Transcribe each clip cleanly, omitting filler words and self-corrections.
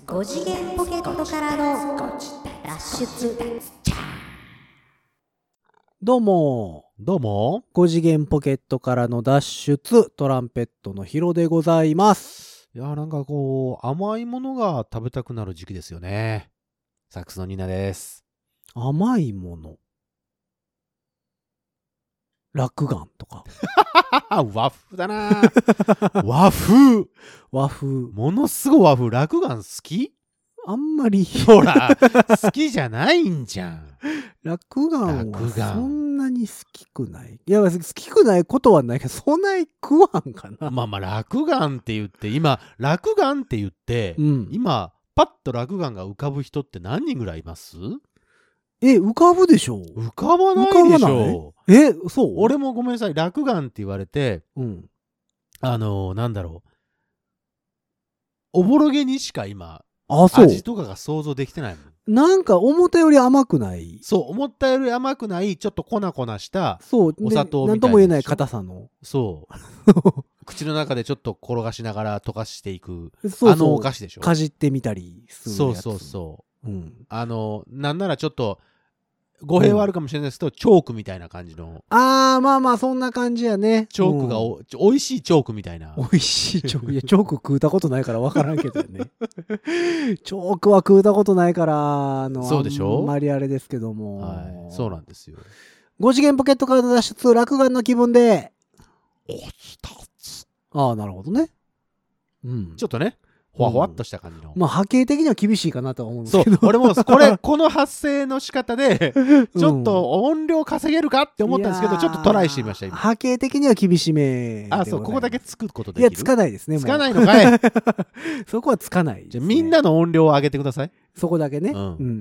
5次元ポケットからの脱出。 どうも5次元ポケットからの脱出、トランペットのヒロでございます。 いやーなんかこう甘いものが食べたくなる時期ですよね。サックスのニーナです。 甘いもの、落眼とか和風だな和風ものすごい和風。落眼好き？ あんまりほら好きじゃないんじゃん。 落眼はそんなに好きくない。いや好きくないことはないけど、そんなに食わんかな。 まあ落眼って言って今落眼って言って、今パッと落眼が浮かぶ人って何人ぐらいいます？ 浮かぶでしょ。 浮かばないでしょ。 そう？ 俺もごめんなさい、落眼って言われて、なんだろう、おぼろげにしか今味とかが想像できてないもん。 なんか思ったより甘くない。 そう、思ったより甘くない、ちょっと粉々したそうお砂糖みたいな。 なんとも言えない硬さの。 そう口の中でちょっと転がしながら溶かしていくお菓子でしょ。 かじってみたりするやつ。 そう、なんならちょっと語弊はあるかもしれないですけど、チョークみたいな感じの。 まあそんな感じやね。 チョークが美味しいチョークみたいな。 美味しいチョーク。いやチョーク食うたことないから分からんけどね。チョークは食うたことないからそうでしょ。 あんまりあれですけども、 はい、そうなんですよ。 5次元ポケットからの脱出、落眼の気分でなるほどね。 ちょっとねほわほわっとした感じの、 波形的には厳しいかなとは思うんですけど、 そう俺もこの発声の仕方でちょっと音量稼げるかって思ったんですけど、ちょっとトライしてみました今。 波形的には厳しめ。 そう、ここだけつくことできる？ いやつかないですね。もうつかないのかいそこはつかないですね。 じゃあみんなの音量を上げてください。 そこだけね。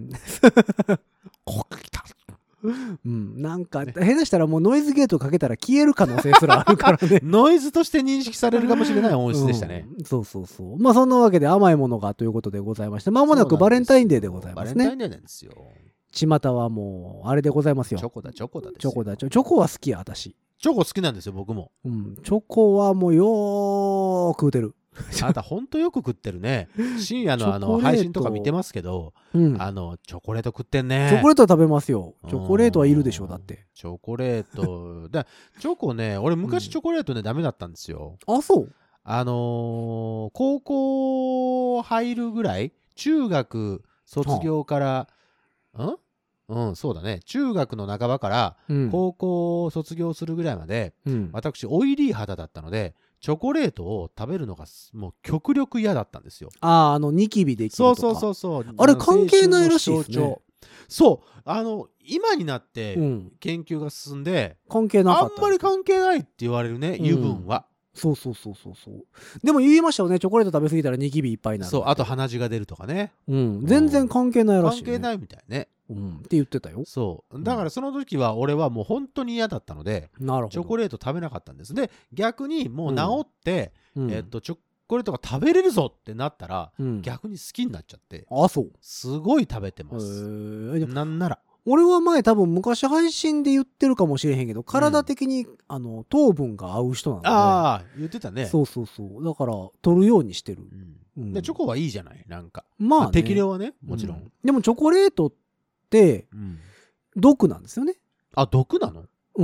ここ来た。なんか、下手したらもうノイズゲートかけたら消える可能性すらあるからね。 ノイズとして認識されるかもしれない音質でしたね。 そう。そんなわけで甘いものがということでございまして、まもなくバレンタインデーでございますね。 バレンタインデーなんですよ。 巷はもうあれでございますよ。 チョコだ。チョコは好きや私。 チョコ好きなんですよ僕も。 チョコはもうよーく食うてる。 あなたほんとよく食ってるね。深夜の配信とか見てますけど、チョコレート食ってんね。 チョコレートは食べますよ。チョコレートはいるでしょうだって。 チョコレートチョコね、俺昔チョコレートねダメだったんですよ。 そう？ 高校入るぐらい、中学卒業からそうだね、中学の半ばから高校卒業するぐらいまで、私オイリー肌だったのでチョコレートを食べるのがもう極力嫌だったんですよ。 ニキビできるとか。 そうあれ関係ないらしいですね。 そう今になって研究が進んで、 関係なかった。 あんまり関係ないって言われるね、油分は。 そう。でも言いましたよね、チョコレート食べ過ぎたらニキビいっぱいになる。 そう、あと鼻血が出るとかね。 全然関係ないらしい。 関係ないみたいね。 って言ってたよ。 そうだからその時は俺はもう本当に嫌だったので、チョコレート食べなかったんです。で逆にもう治って、チョコレートが食べれるぞってなったら、逆に好きになっちゃって、すごい食べてます。なんなら俺は前多分昔配信で言ってるかもしれへんけど、体的に糖分が合う人なので。 言ってたね。 そうだから取るようにしてる。 でチョコはいいじゃない、なんか適量はね、もちろん。 でもチョコレートって毒なんですよね。 毒なの？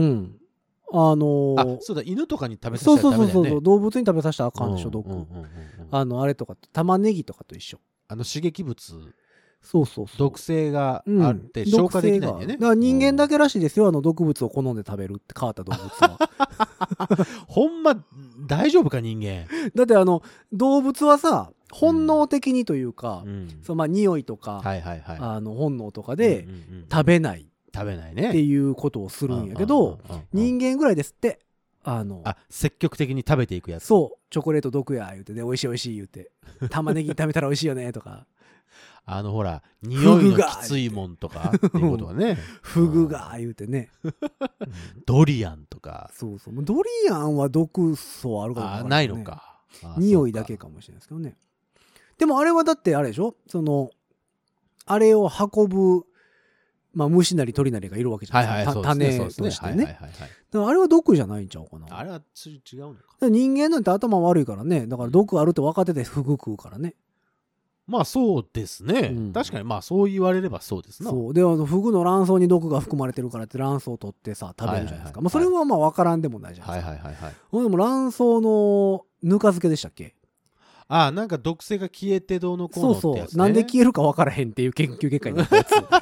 そうだ、犬とかに食べさせたらダメだよね。 そう動物に食べさせたらあかんでしょ、毒。あれとか玉ねぎとかと一緒。 刺激物、 そう毒性があって消化できないんだよね。 だから人間だけらしいですよ、毒物を好んで食べるって変わった動物は。 ほんま大丈夫か人間。 だって動物はさ、本能的にというか、匂いとか本能とかで食べないねっていうことをするんやけど、人間ぐらいですって。 積極的に食べていくやつ。 そう、チョコレート毒や言うてね、美味しい美味しい言うて、玉ねぎ食べたら美味しいよねとか。 ほら匂いのきついもんとかっていうことはね、 フグが言うてね、 ドリアンとか。 そうドリアンは毒素あるかもないのか。 匂いだけかもしれないですけどね。でもあれはだってあれでしょ、あれを運ぶ虫なり鳥なりがいるわけじゃないですか。種としてね。だからあれは毒じゃないんちゃうかな。 あれは違うのか。 人間なんて頭悪いからね。だから毒あるって分かっててフグ食うからね。 まあそうですね、うん、確かにまあそう言われればそうですな。 そうでフグの卵巣に毒が含まれてるからって卵巣を取ってさ食べるじゃないですか、まあ、それはまあ分からんでもないじゃないですか。でも卵巣のぬか漬けでしたっけ。 ああ、なんか毒性が消えてどうのこうのってやつ、ね、 そうそう、なんで消えるか分からへんっていう研究結果になったやつ。だ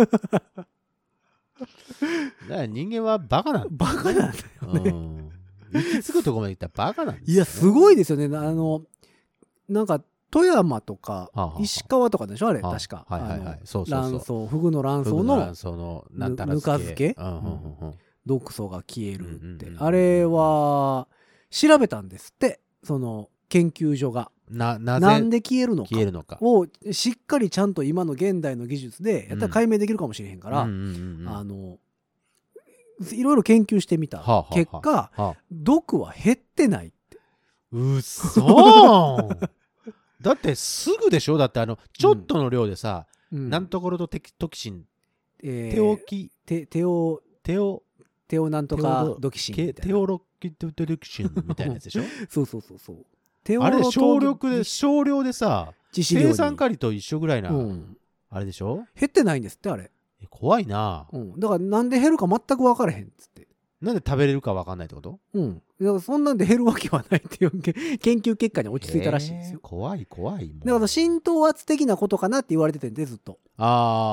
から人間はバカなんだ、ね、 バカなんだよね。 行き着くとこまで行ったらバカなんですよ、ね。 いやすごいですよね。なんか富山とか石川とかでしょあれ、確か。卵巣、フグの卵巣のぬか漬け、毒素が消えるって、あれは調べたんですって、その研究所がなんで消えるのかをしっかりちゃんと今の現代の技術でやったら解明できるかもしれへんから、いろいろ研究してみた結果、毒は減ってないって。 うっそーだってすぐでしょ。だってちょっとの量でさ、なんところとトキシン、テオなんとかドキシンみたいな、テオロキドキシンみたいなやつでしょ。 そうあれ少量でさ生酸カリと一緒ぐらいな、あれでしょ。 減ってないんですってあれ。 怖いな、 だからなんで減るか全く分からへんっつって。 なんで食べれるか分かんないってこと。 だからそんなんで減るわけはないっていう研究結果に落ち着いたらしいんですよ。 怖いだから浸透圧的なことかなって言われててんでずっと。 な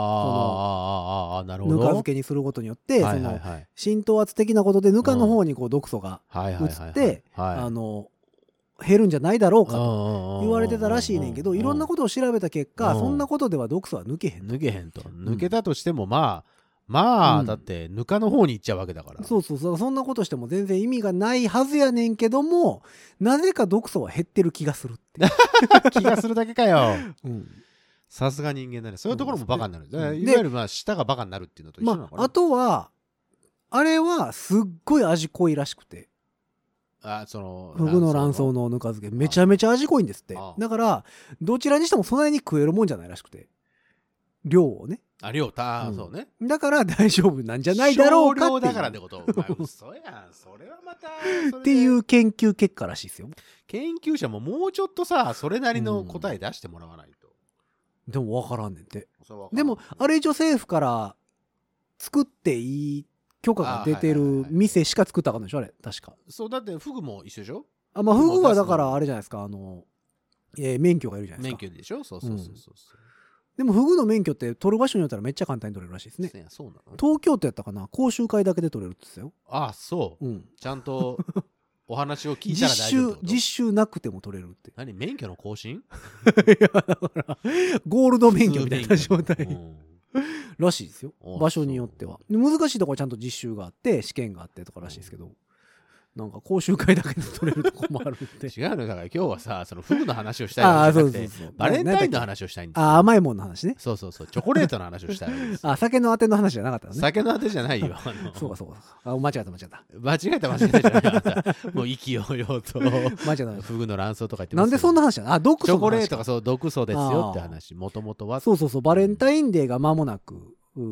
るほど。 ぬか漬けにすることによって浸透圧的なことでぬかの方にこう毒素が移って減るんじゃないだろうかと言われてたらしいねんけど、いろんなことを調べた結果そんなことでは毒素は抜けへんと。 抜けたとしてもまあだってぬかの方に行っちゃうわけだから。 そんなことしても全然意味がないはずやねんけども、なぜか毒素は減ってる気がするって気がするだけかよ。さすが人間だね。そういうところもバカになる。いわゆる舌がバカになるっていうのと一緒なのかな。 あとはあれはすっごい味濃いらしくて、フグの卵巣のぬか漬けめちゃめちゃ味濃いんですって。だからどちらにしてもそんなに食えるもんじゃないらしくて、量をね。 そうね。 だから大丈夫なんじゃないだろうかっていう。少量だからってこと。嘘やん。それはまたっていう研究結果らしいですよ。 研究者ももうちょっとさそれなりの答え出してもらわないと。 でも分からんねんて。でもあれ以上政府から作っていい許可が出てる店しか作ったらあかんでしょあれ確か。 そうだってフグも一緒でしょ。 フグはだからあれじゃないですか、免許がいるじゃないですか。 免許でしょ。そう。 でもフグの免許って取る場所によったらめっちゃ簡単に取れるらしいですね。 そうなの。 東京都やったかな、講習会だけで取れるって言ってたよ。 そう。ちゃんとお話を聞いたら大丈夫。 実習なくても取れるって。 何、免許の更新？いやだからゴールド免許みたいな状態らしいですよ。場所によっては難しいところはちゃんと実習があって試験があってとからしいですけど、なんか講習会だけで取れるとこもあるって違うの。だから今日はさそのフグの話をしたいわけじゃなくてバレンタインの話をしたいんですよ。 甘いもんの話ね。 そうチョコレートの話をしたいわけです。 酒のあての話じゃなかったのね。 酒のあてじゃないよ。 そうか間違えたじゃないじゃなかったもう意気揚々と間違えたフグの卵巣とか言ってます。 なんでそんな話なの。毒素の話。 チョコレートがそう毒素ですよって話。もともとはそうバレンタインデーが間もなく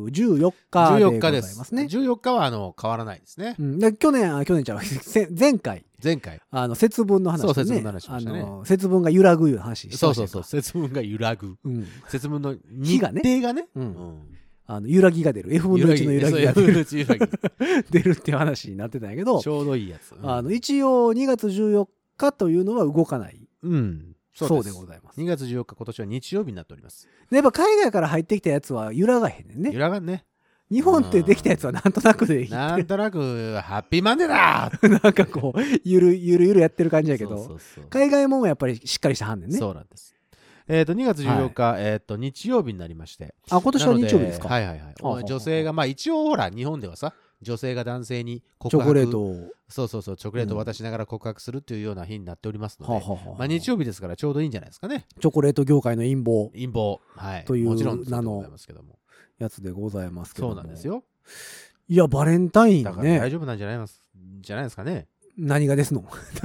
14日でございますね。 14日は変わらないですね。 去年じゃ前回節分の話ね。 節分の話しましたね。 節分が揺らぐいう話してました。 そう節分が揺らぐ。節分の日程がね。 揺らぎが出る。F 分の1の揺らぎが出るっていう話になってたんやけど、 ちょうどいいやつ。 一応2月14日というのは動かない。そうでございます。 2月14日今年は日曜日になっております。 やっぱ海外から入ってきたやつは揺らがへんねんね。 揺らがんね。 日本ってできたやつはなんとなくでいい。 なんとなくハッピーマンデーだなんかこうゆるやってる感じやけど、海外もやっぱりしっかりしたはんねんね。 そうなんです。2月14日、日曜日になりまして。 今年は日曜日ですか。 女性が一応ほら日本ではさ女性が男性にチョコレートをチョコレートを渡しながら告白するというような日になっておりますので、日曜日ですからちょうどいいんじゃないですかね。 チョコレート業界の陰謀というもちろん名のやつでございますけども。 そうなんですよ。 いやバレンタインね。 だから大丈夫なんじゃないですかね。 何がですの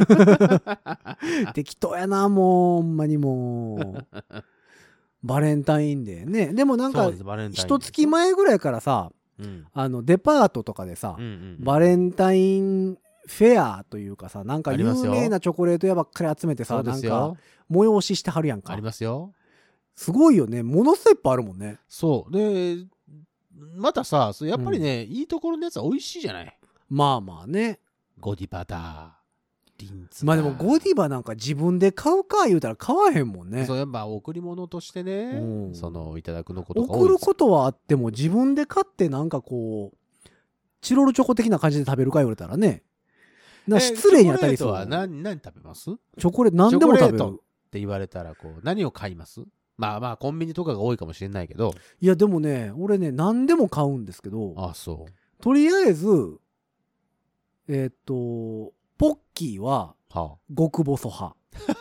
適当やなもうほんまにもうバレンタインデーね。でもなんか一月前ぐらいからさ、デパートとかでさ、バレンタインフェアというかさ、なんか有名なチョコレート屋ばっかり集めてさ、なんか催ししてはるやんか。 ありますよ。 すごいよね。ものすごいいっぱいあるもんね。 そう。で、またさ、やっぱりね、いいところのやつは美味しいじゃない。 まあまあね。 ゴディバだ。リンツ。 まあでもゴディバなんか自分で買うか言うたら買わへんもんね。 そう、やっぱ贈り物としてね、いただくのことが多いです。 送ることはあっても自分で買ってなんかこう、チロルチョコ的な感じで食べるか言われたらね。失礼に当たりそう。 チョコレートは何食べます？ チョコレート何でも食べる。チョコレートって言われたらこう何を買います？まあまあコンビニとかが多いかもしれないけど。 いやでもね、俺ね何でも買うんですけど。 あ、そう。 とりあえずポッキーは極細派。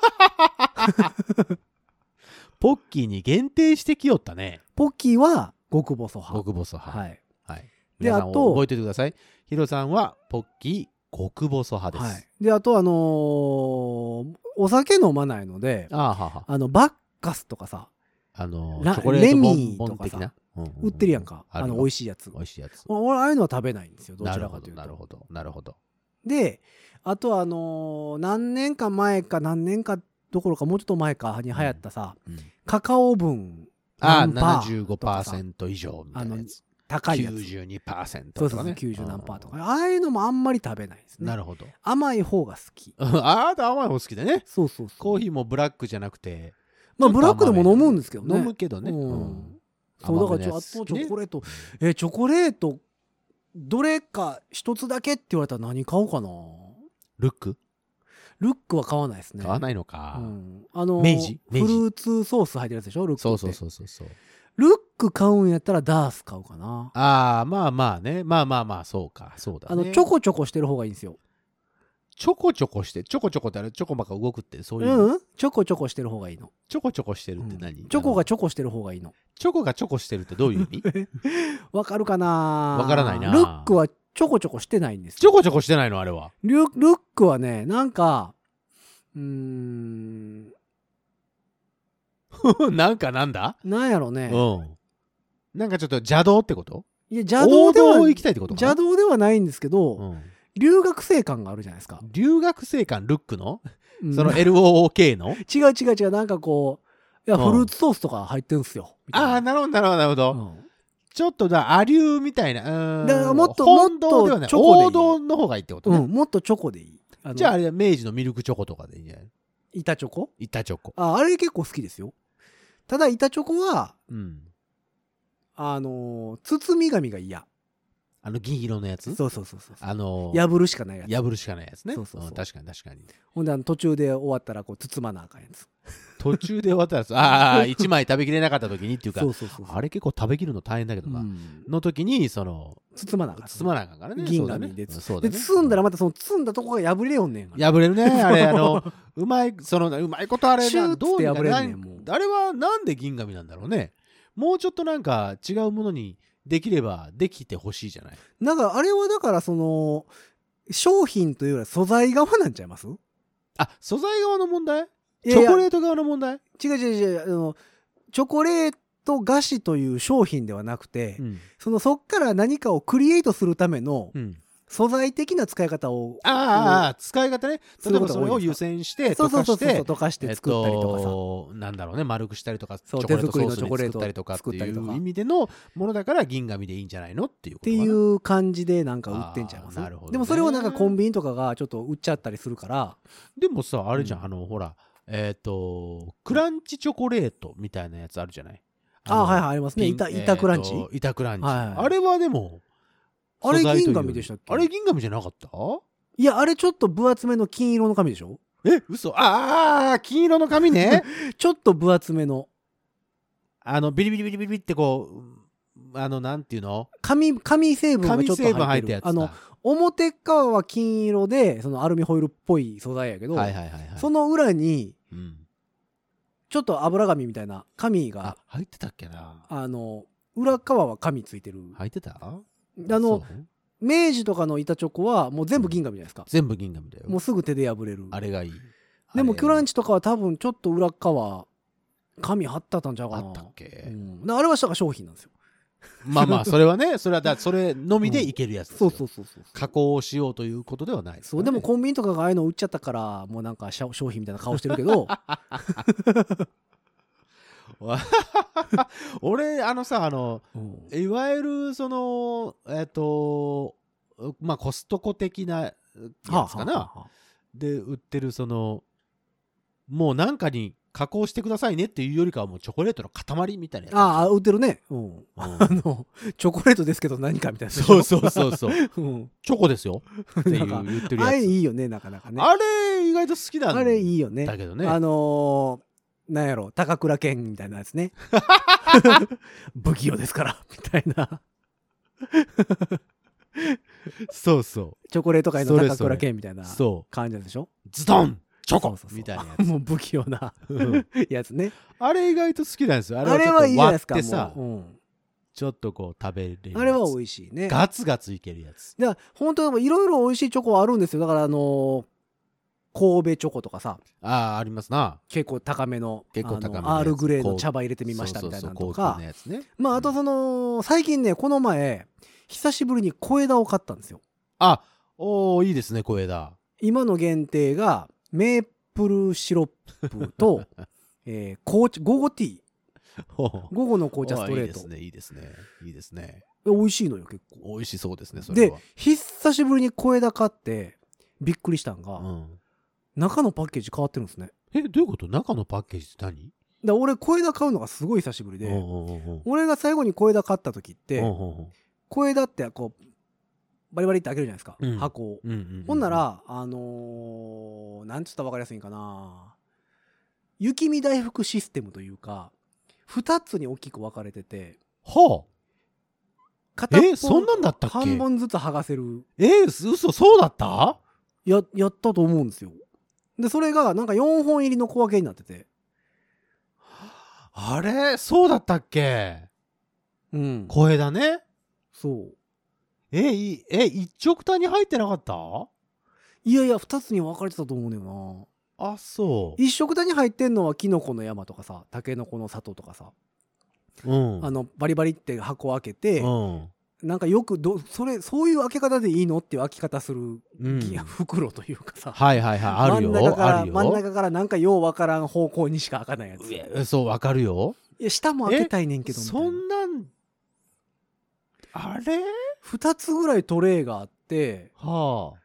ポッキーに限定してきよったね。 ポッキーは極細派。 極細派。 はい。 はい。で、あと覚えておいてください。ヒロさんはポッキー極細派です。はい。 で、あとお酒飲まないので、バッカスとかさ、 チョコレートレミーとかさ、売ってるやんか。美味しいやつ。 美味しいやつ。 俺、ああいうのは食べないんですよ。どちらかというと。 なるほど。なるほど。 で、あとは何年か前か何年かどころかもうちょっと前かに流行ったさ、カカオ分何パー 75% 以上みたいなやつ。 高いやつ。 92% とかね。90何パーとか。ああいうのもあんまり食べないですね。 なるほど。 甘い方が好き。 あなた甘い方好きでね。 そうそうそう。 コーヒーもブラックじゃなくて。 まあブラックでも飲むんですけどね。 飲むけどね。 そうだからあとチョコレート。チョコレートどれか一つだけって言われたら何買おうかな。 ルックは買わないですね。 買わないのか。 明治フルーツソース入ってるやつでしょ、ルックって。 そう。 ルック買うんやったらダース買うかな。 ああ、まあまあね。まあ、そうか。そうだね。 ちょこちょこしてる方がいいんですよ。 ちょこちょこして、ちょこちょこってあれ、チョコばっか動くってそういう。 ちょこちょこしてる方がいいの。 ちょこちょこしてるって何？ チョコがちょこしてる方がいいの。 チョコがちょこしてるってどういう意味？ わかるかな？ わからないな。 ルックはちょこちょこしてないんですよ。 ちょこちょこしてないのあれは。 ルックはね、なんか、 なんかなんだ？ なんやろね。 なんかちょっと邪道ってこと？ いや、邪道では行きたいってことかな？ 邪道ではないんですけど、留学生感があるじゃないですか。 留学生感、ルックのその LOOK の違う。なんかこう、いや、フルーツソースとか入ってんすよ。 ああ、なるほど。ちょっとアリューみたいな。 だからもっとチョコで王道の方がいいってことね。 もっとチョコでいい。 じゃああれ明治のミルクチョコとかでいいんじゃない？ 板チョコ？ 板チョコ。 あれ結構好きですよ。ただ板チョコは、包み紙が嫌。 銀色のやつ？ そう。破るしかないやつ。 破るしかないやつね。 そう。 確かに。 ほんで途中で終わったらこう包まなあかんやつ。 途中で終わったら1枚食べきれなかった時にっていうか、あれ結構食べきるの大変だけどな。の時に包まなあかんからね。 銀紙で。で包んだらまたその包んだとこが破れよんねん。 破れるね。あれうまいことあれな、 どうにかならんねんもう。 あれはなんで銀紙なんだろうね。もうちょっとなんか違うものにできればできてほしいじゃない。 なんかあれはだから商品というよりは素材側なんちゃいます？ 素材側の問題？チョコレート側の問題？ 違う。チョコレート菓子という商品ではなくて、そっから何かをクリエイトするための素材的な使い方を。 使い方ね。例えばそれを湯煎して溶かして作ったりとかさ。 なんだろうね、丸くしたりとか、チョコレートソースに作ったりとかっていう意味でのものだから銀紙でいいんじゃないのっていうことかな。 っていう感じでなんか売ってんちゃいます？なるほどね。でもそれをなんかコンビニとかがちょっと売っちゃったりするから。 でもさ、あれじゃん、ほら、クランチチョコレートみたいなやつあるじゃない？ はい、ありますね。板クランチ？ 板クランチ。あれはでも、 あれ銀紙でしたっけ？ あれ銀紙じゃなかった？ いや、あれちょっと分厚めの金色の紙でしょ？ 嘘。金色の紙ね。 ちょっと分厚めの。 ビリビリってこう、なんていうの？ 紙成分がちょっと入ってる。表側は金色で、アルミホイルっぽい素材やけど、その裏に、ちょっと油紙みたいな紙が。 入ってたっけな？ 裏側は紙ついてる。 入ってた？ 明治とかの板チョコはもう全部銀紙じゃないですか。 全部銀紙だよ。 もうすぐ手で破れる。 あれがいい。 でもクランチとかは多分ちょっと裏側紙貼ってあったんちゃうかな。 あったっけ？ あれは商品なんですよ。 まあそれはね、それのみでいけるやつですよ。 そう。 加工しようということではないです。 でもコンビニとかがああいうの売っちゃったからもうなんか商品みたいな顔してるけど。 俺、 うんいわゆる、まあ、コストコ的なやつかはあはな。 あはあで、売ってる、もうなんかに加工してくださいねっていうよりかは、もうチョコレートの塊みたいなやつ。 ああ、売ってるね。うん。 うんチョコレートですけど何かみたいな。 そうそうそうそう。 うん。 チョコですよっていうなんか言ってるやあれつ。 いいよね、なかなかね。 あれ、意外と好きなんあれいいよね。 だけどね。 なんやろ、高倉健みたいなやつね。不器用ですから、みたいな。 そうそチョコレート界の高倉健みたいなう。そ感じなんでしょ。 う。ズドンチョコそうそうそうみたいなやつ。 もう不器用なうんやつね。 あれ意外と好きなんですよ。 あれはいいじゃないですか、 割ってさ、 もう。 ちょっとこう食べれるやつ。 あれは美味しいね。 ガツガツいけるやつ。 だから本当にいろいろ美味しいチョコあるんですよ。だから神戸チョコとかさ、 ありますな。 結構高めの、 結構高めのやつアールグレーの茶葉入れてみましたみたいなのとそうそうそう高級かな。やつね。 まああと最近ね、この前、久しぶりに小枝を買ったんですよ。 いいですね、小枝。 今の限定が、メープルシロップと、紅茶、午後ティー。午後の紅茶ストレート。 いいですね。いいですね。 美味しいのよ、結構。 美味しそうですね、それでは。、 久しぶりに小枝買って、びっくりしたんが、 うん。 中のパッケージ変わってるんですね。 どういうこと？中のパッケージって何？ 俺、小枝買うのがすごい久しぶりで、 うんうんうんうん俺が最後に小枝買った時って、 うんうんうん小枝ってこう、バリバリって開けるじゃないですか、 うん箱を。 うんうんうんほんなら、なんつったら分かりやすいんかな。雪見大福システムというか、二つに大きく分かれてて、 は片方そんなんだったっけ？ 半分ずつ剥がせる。 嘘、そうだった？ やったと思うんですよ。で、それがなんか4本入りの小分けになってて。 あれそうだったっけ？ うん。 小枝ね。 そう。 一直単に入ってなかった？ いやいや、二つに分かれてたと思うのよな。 そう。 一食単に入ってんのはキノコの山とかさ、タケノコの里とかさ、 うん。 バリバリって箱を開けて、 うん。 なんかよくそういう開け方でいいのっていう開き方する、 うん袋というかさ、 はいはいはい。あるよ。あるよ。 真ん中からなんかようわからん方向にしか開かないやつ。 そう、わかるよ。 いや、下も開けたいねんけどみたいそな。 んなん、あれ 2つぐらいトレイがあって、 は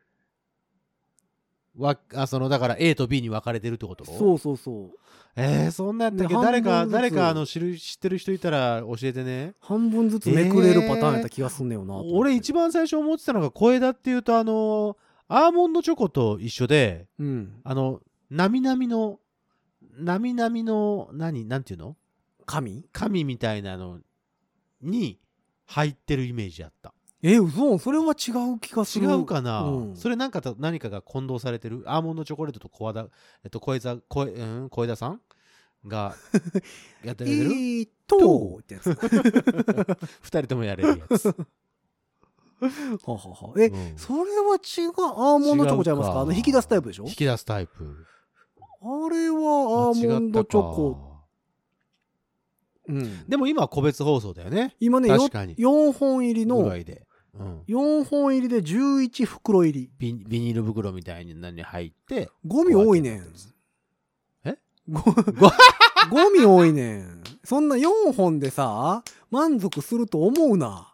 あ。だから A と B に分かれてるってこと？ そうそうそう。 そんなんやったっけ？ で誰半分ずつか知ってる人いたら教えてね。 半分ずつめくれるパターンやった気がすんねよなと思って。 俺一番最初思ってたのが小枝っていうとアーモンドチョコと一緒で、 うん。 なみなみのなんていうの？紙みたいなのに入ってるイメージあった。 嘘？それは違う気がす違る。 うかな、 うんそれ何かが混同されてる。アーモンドチョコレートと小枝さんがやってくれてるってやつ。 二人ともやれるやつ。 ははは。それは違う。アーモンドチョコちゃいますか？引き出すタイプでしょ？ 引き出すタイプ。 あれはアーモンドチョコ。うん。 でも今は個別包装だよね。 今ね、 確かに 4本入りの、 ぐらいで。 4本入りで11袋入り。 ビニール袋みたいに何入って。 ゴミ多いねん。 えゴミ多いねん。そんな4本でさ、満足すると思うな。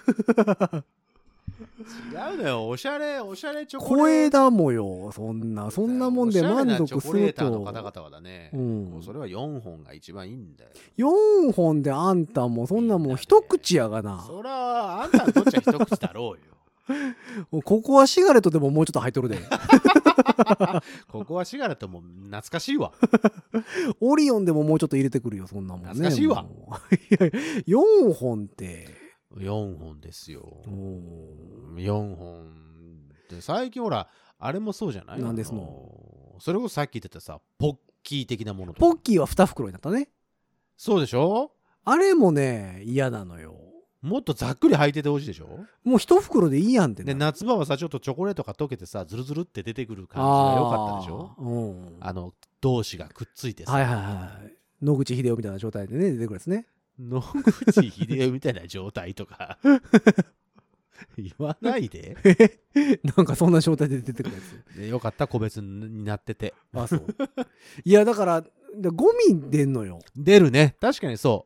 違うのよ。おしゃれチョコレート。 小枝もよ。そんなもんで満足すると。 チョコレーターの方々はだね、 うんそれは4本が一番いいんだよ。 4本であんたもそんなもん一口やがな。 そら、あんたにとっちゃ一口だろうよ。 ここはシガレットでももうちょっと入っとるで。 ここはシガレットも懐かしいわ。 オリオンでももうちょっと入れてくるよ、そんなもんね。 懐かしいわもういや4本って。 4本ですよ。4本で、最近ほらあれもそうじゃない？ なんですの？ それこそさっき言ってたさ、ポッキー的なものとか。 ポッキーは2袋になったね。 そうでしょ？ あれもね、嫌なのよ。 もっとざっくり入っててほしいでしょ？ もう1袋でいいやんってで、 な。 夏場はさ、ちょっとチョコレートが溶けてさ、ズルズルって出てくる感じが良かったでしょ？同士がくっついてさ。 はいはいはい。野口英世みたいな状態でね、出てくるやつね。 野口英世みたいな状態とか言わないで。 なんかそんな状態で出てくるやつ。 でよかった、個別になってて。 あ、そう。いや、だから、 でゴミ出んのよ。 出るね。確かにそう。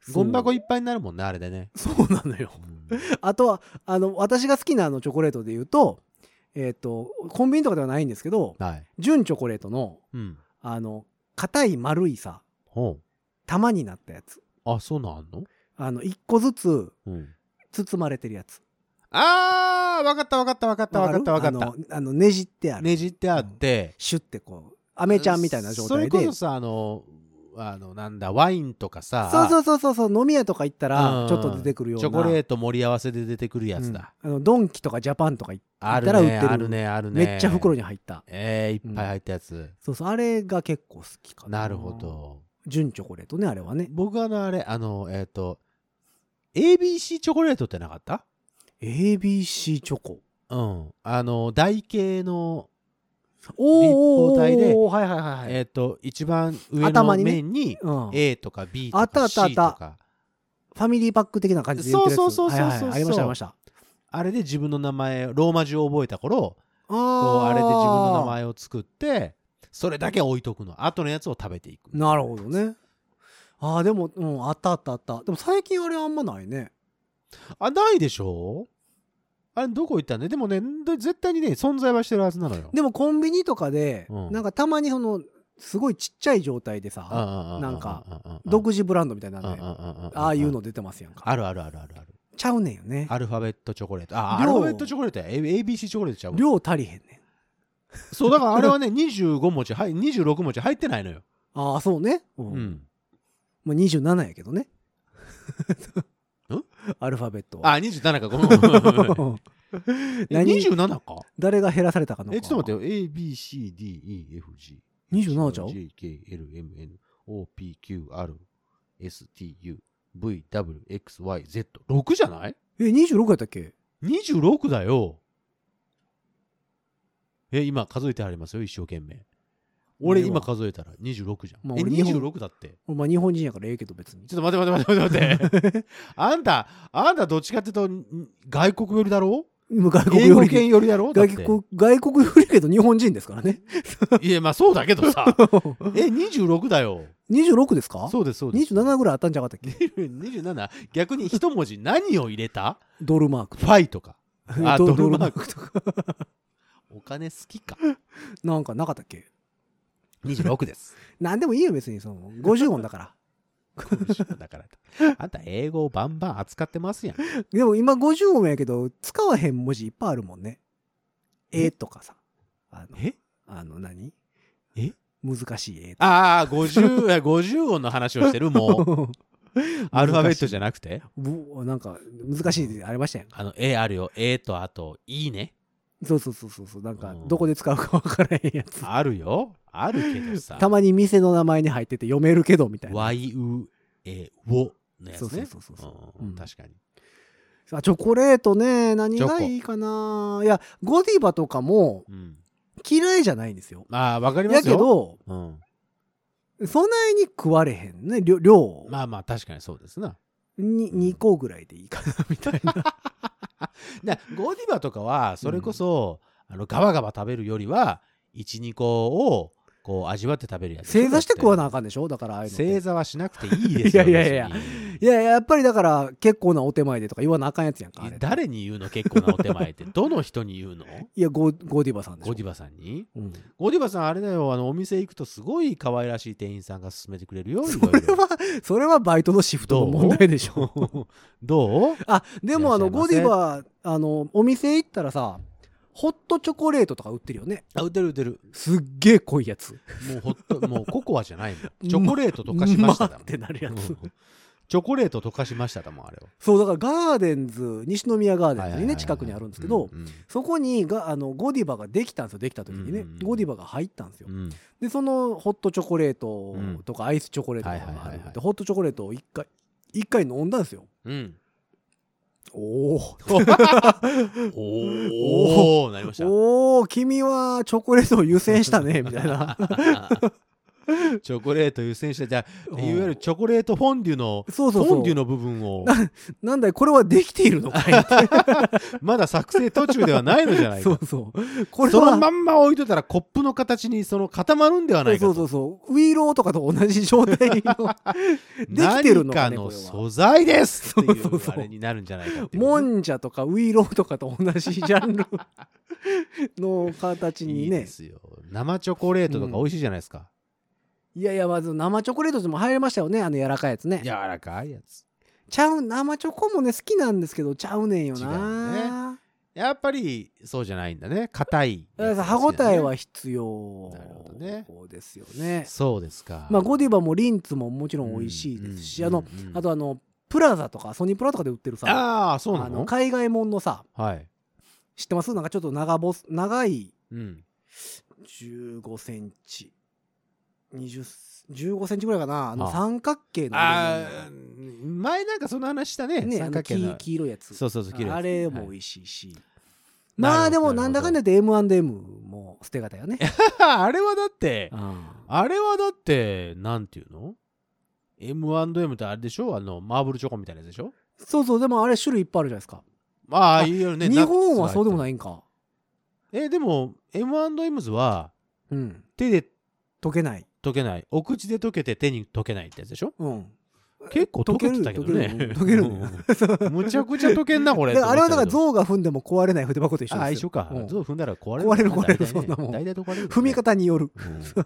ゴミ箱いっぱいになるもんね、あれでね。 そうなのよ。あとは、私が好きなチョコレートで言うと、コンビニとかではないんですけど、 はい。 純チョコレートの、硬い丸いさ、玉になったやつ。 あ、そうなんの一個ずつ、包まれてるやつ。 あー、わかった。 ねじってある。 ねじってあって、 シュッてこう、アメちゃんみたいな状態で。 それこそさ、なんだ、ワインとかさ、 そう、飲み屋とか行ったら、ちょっと出てくるような。 チョコレート盛り合わせで出てくるやつだ。 ドンキとかジャパンとか行ったら売ってる。 あるね。 めっちゃ袋に入った。 いっぱい入ったやつ。 そう、あれが結構好きかな。 なるほど。 純チョコレートね、あれはね。 僕はあれ、ABC チョコレートってなかった？ ABC チョコ。 台形の立方体で、 はい。 一番上の面に A とか B とか C とか。 ファミリーパック的な感じで言ってるやつ。 そう。 ありました。 あれで自分の名前、ローマ字を覚えた頃、あれで自分の名前を作って、それだけ置いとくの。後のやつを食べていく。 なるほどね。でも、あった。でも最近あれあんまないね。 ないでしょ？あれどこ行ったんね。でもね、絶対にね、存在はしてるはずなのよ。 でもコンビニとかで、なんかたまにすごいちっちゃい状態でさ、なんか、独自ブランドみたいなんで、ああいうの出てますやんか。 ある。 ちゃうねんよね。 アルファベットチョコレート。アルファベットチョコレートや。ABC チョコレートちゃう。 量足りへんねん。 そう、だからあれはね、25文字、26文字入ってないのよ。 ああ、そうね。まあ27やけどね。アルファベットは。 27か、ごめん。27か？ 誰が減らされたかな。 ちょっと待ってよ。A, B, C, D, E, F, G. 27ちゃう？ J, K, L, M, N, O, P, Q, R, S, T, U, V, W, X, Y, Z。6じゃない ？26やったっけ？ 26だよ。今数えてありますよ、一生懸命。俺今数えたら26じゃん。26だって。 お前日本人やからええけど別に。 ちょっと待ってあんたどっちかっていうと外国寄りだろ？英語圏寄りだろ？ 外国寄りけど日本人ですからね。 いや、まあそうだけどさ。26だよ。 26ですか？ そうです。 27ぐらいあったんじゃなかったっけ？ 27？ 逆に一文字何を入れた？ ドルマーク。 ファイとか。ドルマークとか。お金好きか。 なんかなかったっけ ？26です。 なんでもいいよ別に50音だから。 50音だから。あんた英語をバンバン扱ってますやん。 でも今50音やけど使わへん文字いっぱいあるもんね。とかさ。何？難しい 50音の話をしてるもう。アルファベットじゃなくて？ なんか難しいありましたやん。 あるよ。とあといいね。 そう。なんかどこで使うか分からへんやつ。 あるよ。あるけどさ。 たまに店の名前に入ってて読めるけどみたいな。 のやつね。 そう。 確かに。 チョコレートね、何がいいかな。いや、ゴディバとかも嫌いじゃないんですよ。 わかりますよ。 やけど、そないに食われへんね、量。 まあ確かにそうですな。 2個ぐらいでいいかなみたいな。 ゴディバとかはそれこそ、ガバガバ食べるよりは 1,2 個をこう味わって食べるやつ。 正座して食わなあかんでしょ？だから正座はしなくていいですよ。 いややっぱりだから結構なお手前でとか言わなあかんやつやんか。 誰に言うの結構なお手前ってどの人に言うの？ いやゴディバさんでしょ。 ゴディバさんに、ゴディバさんあれだよ、お店行くとすごい可愛らしい店員さんが勧めてくれるよ。 それはバイトのシフトの問題でしょ。 どう？ でもゴディバお店行ったらさ、ホットチョコレートとか売ってるよね。 売ってる。 すっげえ濃いやつ。 もうココアじゃないもん。チョコレート溶かしましただもん。 ってなるやつ。 チョコレート溶かしましただもん、あれは。 そう、だからガーデンズ、西宮ガーデンズにね、近くにあるんですけど、そこにゴディバができたんですよ、できた時にね。ゴディバが入ったんですよ。で、そのホットチョコレートとかアイスチョコレートとかがあるので、ホットチョコレートを一回飲んだんですよ。おおなりました。君はチョコレートを湯煎したねみたいな。 チョコレート優先して、じゃあ、いわゆるチョコレートフォンデュの、 そうそうそうフォンデュの部分を、 なんだい、これはできているのかいって。 まだ作成途中ではないのじゃないか。 そうそう。これそのは、 まんま置いといたらコップの形に固まるんではないかと。 そうそうそう。ウィーローとかと同じ状態の、できてるのかね、 何かのこれは。 素材ですっていそうそうそううあれになるんじゃないかっていうね。 もんじゃとかウィーローとかと同じジャンルの形にね。 いいですよ。生チョコレートとか美味しいじゃないですか。 いやいや、まず生チョコレートでも入りましたよね、柔らかいやつね。 柔らかいやつ。 生チョコもね、好きなんですけど、ちゃうねんよな。 違うね。やっぱりそうじゃないんだね。硬いだから歯応えは必要。 なるほどね。 そうですよね。 そうですか。 まあ、ゴディバもリンツももちろん美味しいですし、あとプラザとかソニープラとかで売ってるさ、 ああ、そうなの？ 海外もんのさ、 はい。 知ってます？なんかちょっと長い、15センチ、15センチぐらいかな、三角形の。 前なんかその話したね。三角形の黄色いやつ。 そうそうそう、黄色いやつ。 あれも美味しいし。まあでもなんだかんだで M&M も捨てがたよね。 あれはだって、なんていうの？ M&M ってあれでしょ？マーブルチョコみたいなやつでしょ？ そうそう、でもあれ種類いっぱいあるじゃないですか。 ああ、いいよね。 日本はそうでもないんか。 でも M&M's は手で溶けない。 お口で溶けて手に溶けないってやつでしょ？ うん。 結構溶けてたけどね。 溶けるのよ。 むちゃくちゃ溶けんな、これ。 あれはだから象が踏んでも壊れない筆箱と一緒ですよ。 一緒か。象踏んだら壊れる。 壊れる、そんなもん。 大体壊れる。 踏み方による。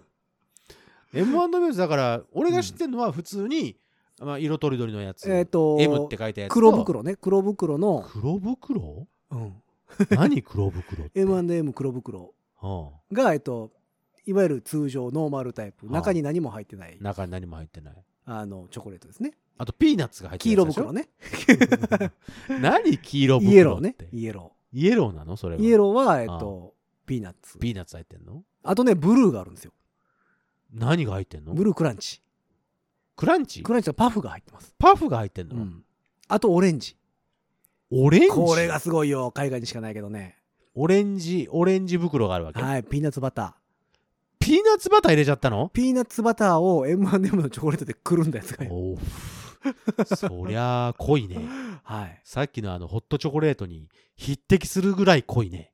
M&M's だから、俺が知ってるのは普通に、色とりどりのやつ。M って書いたやつ。 黒袋ね。黒袋の。 黒袋？ うん。 何黒袋って？ M&M 黒袋が、いわゆる通常ノーマルタイプ。中に何も入ってない。 中に何も入ってない。 チョコレートですね。 あとピーナッツが入ってる黄色袋ね。 何黄色袋って？ イエローね。イエローなのそれは。 イエローは、ピーナッツ。 ピーナッツ入ってんの？ あとね、ブルーがあるんですよ。 何が入ってんの？ ブルークランチ。 クランチはパフが入ってます。 パフが入ってんの？ あとオレンジ。 オレンジ？ これがすごいよ。海外にしかないけどね。 オレンジ袋があるわけ？ はい、ピーナッツバター。 ピーナッツバター入れちゃったの？ ピーナッツバターを M&M のチョコレートでくるんだやつがそりゃ濃いね。 はい。 さっきのホットチョコレートに匹敵するぐらい濃いね。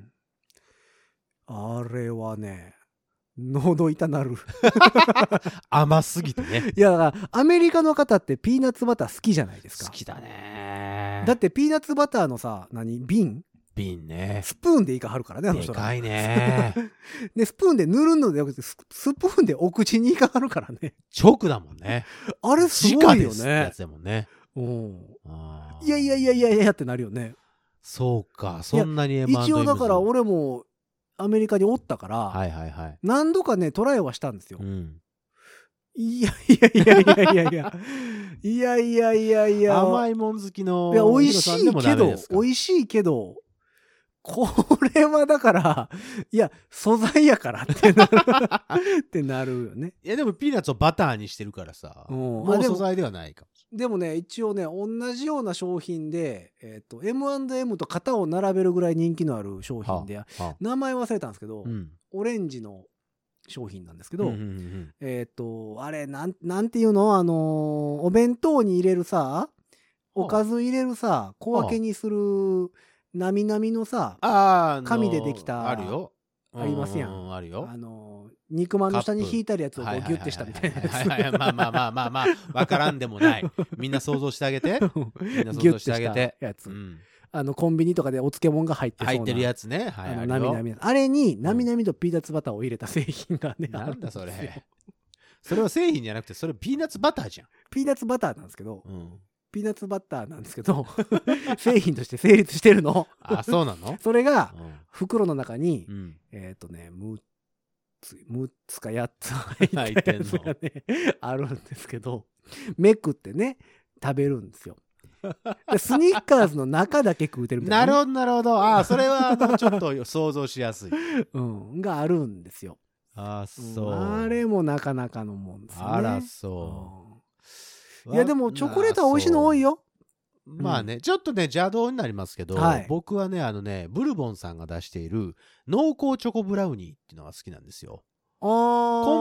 あれはね、喉痛なる。 甘すぎてね。 いや、だからアメリカの方ってピーナッツバター好きじゃないですか。 好きだね。 だってピーナッツバターのさ、瓶ね。 スプーンでいかはるからね、あの人でかいね。 で、スプーンで塗るのでよくて、スプーンでお口にいかはるからね。 直だもんね。 あれすごいよね。 直ですってやつだもんね。 いやってなるよね。 そうか、そんなに M&M's。 一応だから俺もアメリカにおったから、何度かね、トライはしたんですよ。いや。 甘いもん好きの。 いや、美味しいけど、これはだから、いや、素材やからってなるよね。 いや、でもピーナッツをバターにしてるからさ、もう素材ではないかもしれない。 でもね、一応ね、同じような商品で、M&M と型を並べるぐらい人気のある商品で、名前忘れたんですけど、オレンジの商品なんですけど、あれ、なんていうの？お弁当に入れるさ、おかず入れるさ、小分けにする、なみなみのさ、紙でできた、 あるよ。 ありますやん。 あるよ。 肉まんの下に引いたりやつをギュッてしたみたいなやつ。 まあ、わからんでもない。みんな想像してあげて。みんな想像してあげて。 やつ。コンビニとかでお漬物が入ってそうな。 入ってるやつね。 なみなみ。あれに、なみなみとピーナッツバターを入れた製品がね。 なんだそれ。それは製品じゃなくて、それピーナッツバターじゃん。 ピーナッツバターなんですけど、ピーナッツバターなんですけど、製品として成立してるの。 あ、そうなの？ それが、袋の中に、6つか8つ入ってるやつがね、あるんですけど、めくってね、食べるんですよ。スニッカーズの中だけ食うてるみたいな。 なるほど。ああ、それはちょっと想像しやすい。 があるんですよ。 あ、そう。 あれもなかなかのもんですね。 あら、そう。 いやでもチョコレートは美味しいの多いよ。 まあね、ちょっとね邪道になりますけど、僕はねブルボンさんが出している濃厚チョコブラウニーっていうのが好きなんですよ。コンビニでよ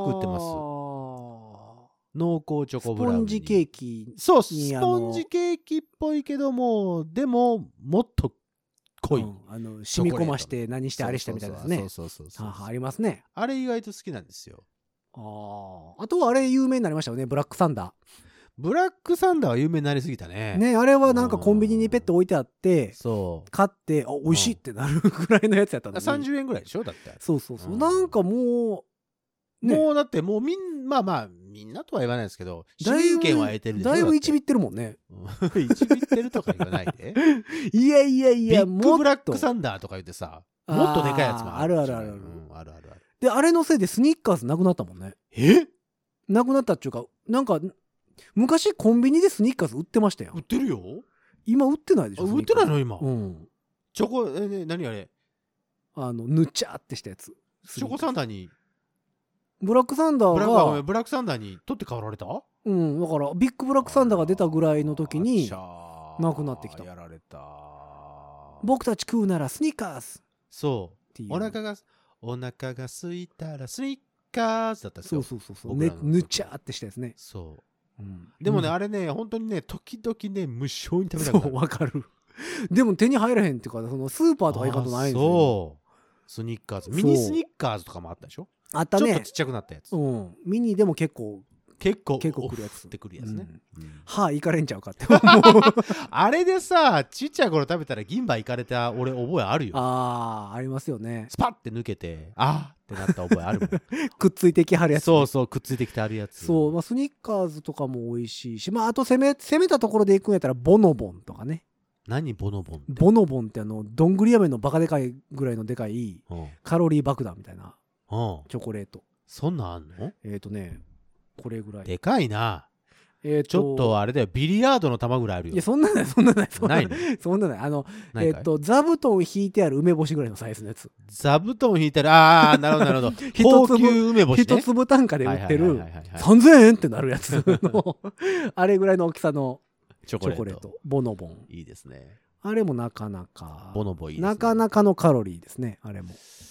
く売ってます。濃厚チョコブラウニー。 スポンジケーキ。 そう、スポンジケーキっぽいけども、でも、もっと濃い。 染み込まして何してあれしてみたいなね。 そう。 ありますね。 あれ意外と好きなんですよ。 あとはあれ有名になりましたよね、ブラックサンダー。 ブラックサンダーは有名になりすぎたね。 ね、あれはなんかコンビニにペット置いてあって、買って、美味しいってなるぐらいのやつやったんだね。 30円ぐらいでしょだって。 そう。なんかもうだってもうみんなとは言わないですけど、市民権は得てるでしょ。 だいぶ一ビってるもんね。 一ビってるとか言わないで。 いや、 ビッグブラックサンダーとか言ってさ、もっとでかいやつもある。 ある。で、あれのせいでスニッカーズなくなったもんね。なくなったっていうか、なんか、昔コンビニでスニッカーズ売ってましたよ。 売ってるよ。 今売ってないでしょ。 売ってないの今。チョコ、何あれ。 ぬちゃってしたやつ。 チョコサンダーに。 ブラックサンダーが。 ブラックサンダーに取って代わられた？ だからビッグブラックサンダーが出たぐらいの時になくなってきた。 やられた。 僕たち食うならスニッカーズ。 そう。お腹が空いたらスニッカーズだったんですよ。 そう。ぬちゃってしたやつね。 そう。でもね、あれね、本当にね、時々ね、無性に食べたくなる。 そう、わかる。でも手に入らへんっていうか、そのスーパーとか行かとないんですよ。 そう。スニッカーズ。ミニスニッカーズとかもあったでしょ？ あったね。 ちょっとちっちゃくなったやつ。 ミニでも結構来るやつ。 ってくるやつね。 いかれんちゃうかって。 あれでさ、ちっちゃい頃食べたら銀歯いかれた俺覚えあるよ。 ありますよね。 スパッて抜けて、ってなった覚えあるもん。 くっついてきはるやつ。 そう、くっついてきてあるやつ。 そう、スニッカーズとかも美味しいし、あと攻めたところで行くんやったらボノボンとかね。 何ボノボンって？ ボノボンってどんぐり飴のバカでかいぐらいのでかいカロリー爆弾みたいなチョコレート。 そんなんあんの？ これぐらい。 でかいな。ちょっとあれだよ、ビリヤードの球ぐらいあるよ。 いや、そんなない。ない座布団引いてある梅干しぐらいのサイズのやつ。 座布団引いてある、なるほど。高級梅干しね。 一粒単価で売ってる3000円ってなるやつのあれぐらいの大きさのチョコレート。ボノボン。 いいですね。 あれもなかなか。 ボノボいいですね。 なかなかのカロリーですね、あれも。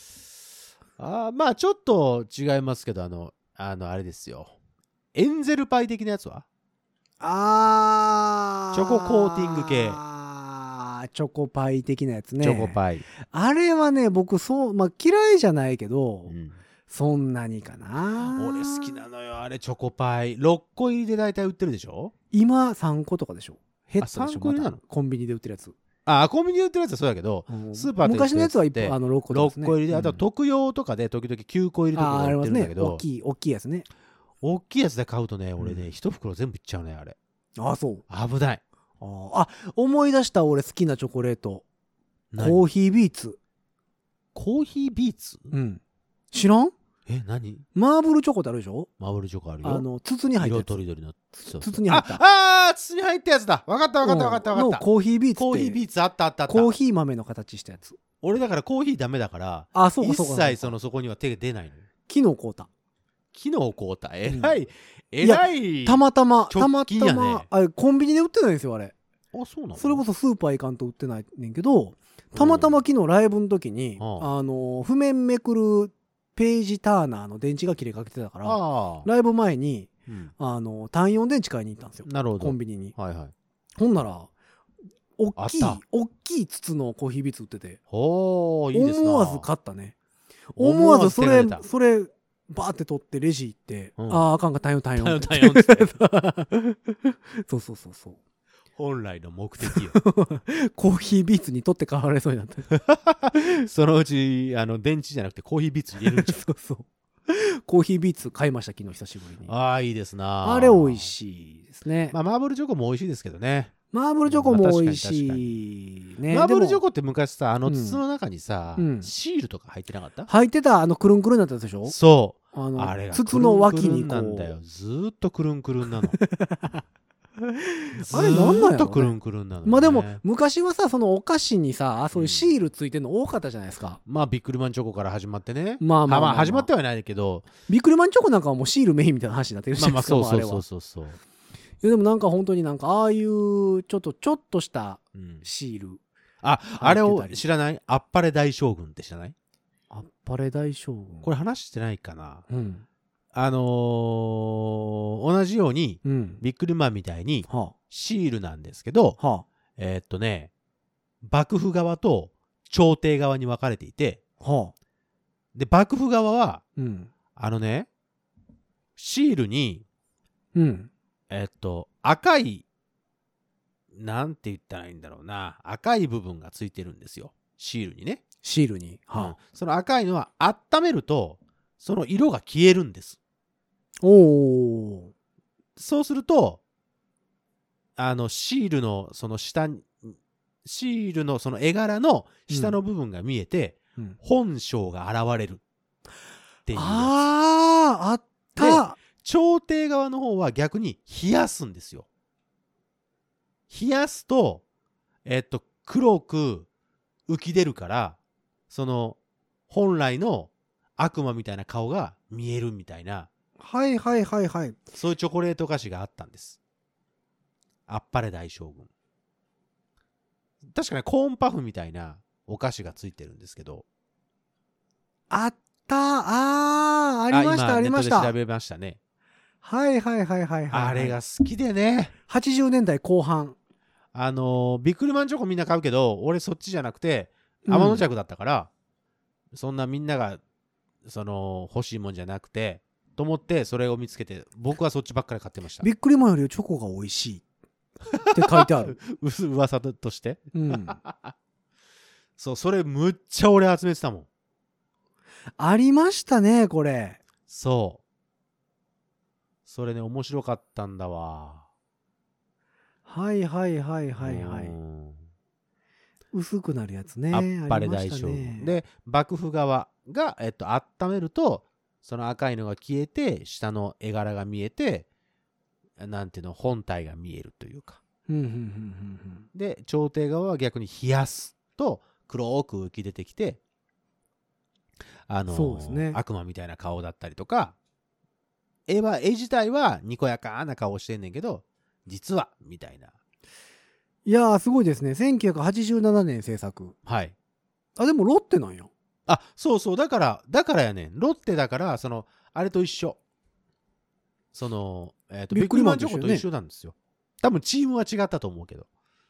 ちょっと違いますけど、あれですよ。エンゼルパイ的なやつは？チョココーティング系。 チョコパイ的なやつね。 チョコパイ。 あれはね、僕嫌いじゃないけど、そんなにかな。 俺好きなのよ、あれチョコパイ。6個入りで大体売ってるでしょ？ 今3個とかでしょ？ 減ったでしょ？3個入りなの？ コンビニで売ってるやつ。 コンビニで売ってるやつはそうだけど、スーパーで昔のやつは6個ですね。 6個入りで、あとは特用とかで時々9個入りとかで売ってるんだけど、 大きいやつね。 大きいやつで買うとね、俺ね、1袋全部いっちゃうね、あれ。 そう。 危ない。 思い出した俺好きなチョコレート。コーヒービーツ。 コーヒービーツ？ 知らん？ 何？ マーブルチョコってあるでしょ？ マーブルチョコあるよ。 筒に入ったやつ。 色とりどりの筒に入った。 筒に入ったやつだ。わかった。のコーヒービーツ。 コーヒービーツあった。 コーヒー豆の形したやつ。 俺だからコーヒーダメだから、一切そこには手が出ないの。 昨日買うた。 えらい。 たまたまコンビニで売ってないんですよ、あれ。 そうなの？ それこそスーパー行かんと売ってないねんけど、たまたま昨日ライブの時に、譜面めくるページターナーの電池が切れかけてたから、ライブ前に、単4電池買いに行ったんですよ。 なるほど。 コンビニに。ほんなら、大きい筒のコーヒービーツ売ってて、 いいですな。 思わず買ったね。思わずそれ、バーって取ってレジ行って、あかんか単4。そう。 本来の目的よ。 コーヒービーツに取って代わられそうになった。 そのうち電池じゃなくてコーヒービーツ入れるんじゃん。 そう。コーヒービーツ買いました、昨日久しぶりに。 いいですな。 あれ美味しいですね。 マーブルチョコも美味しいですけどね。 マーブルチョコも美味しいね。 マーブルチョコって昔さ、筒の中にさ、シールとか入ってなかった？ 入ってた。くるんくるんなったやつでしょ？ そう。 あれが筒の脇にこう。 なんだよ。ずーっとくるんくるんなの。 あれなんなんやろね。 でも昔はさ、そのお菓子にさ、そういうシールついてるの多かったじゃないですか。 ビックリマンチョコから始まってね。始まってはないけど、 ビックリマンチョコなんかはもうシールメインみたいな話になってるじゃないですか。 そう。 でもなんか本当にああいうちょっとしたシール。 あれを知らない？あっぱれ大将軍って知らない？ あっぱれ大将軍。 これ話してないかな。 同じように、ビックリマンみたいに、シールなんですけど、幕府側と朝廷側に分かれていて、で、幕府側は、シールに、赤い、なんて言ったらいいんだろうな、赤い部分がついてるんですよ。シールにね。 シールに。 その赤いのは温めると、その色が消えるんです。そうすると、シールのその下に、シールのその絵柄の下の部分が見えて、本性が現れるっていうやつ。 あった。 朝廷側の方は逆に冷やすんですよ。冷やすと、黒く浮き出るから、その本来の悪魔みたいな顔が見えるみたいな。 はいはいはいはい。 そういうチョコレート菓子があったんです。あっぱれ大将軍。確かにコーンパフみたいなお菓子がついてるんですけど。 あった。ありましたありました。 ネットで調べましたね。 はいはいはいはいはい。 あれが好きでね。 80年代後半。 ビックリマンチョコみんな買うけど、俺そっちじゃなくて、天の弱だったから、そんなみんなが、欲しいもんじゃなくて、と思ってそれを見つけて、僕はそっちばっかり買ってました。 ビックリマンよりチョコが美味しいって書いてある。 噂として。そう、それむっちゃ俺集めてたもん。 ありましたね、これ。 そう。それね、面白かったんだわ。 はいはいはいはいはい。薄くなるやつね。 あっぱれ大将軍。で、幕府側が、温めると、その赤いのが消えて、下の絵柄が見えて、なんていうの、本体が見えるというか。で、朝廷側は逆に冷やすと、黒く浮き出てきて、 そうですね、 悪魔みたいな顔だったりとか、絵自体はにこやかな顔してんねんけど、実はみたいな。 いやーすごいですね。1987年制作。 はい。 でもロッテなんや。 そうそう。だからやねん。ロッテだから、あれと一緒。ビックリマンチョコと一緒なんですよ。多分チームは違ったと思うけど。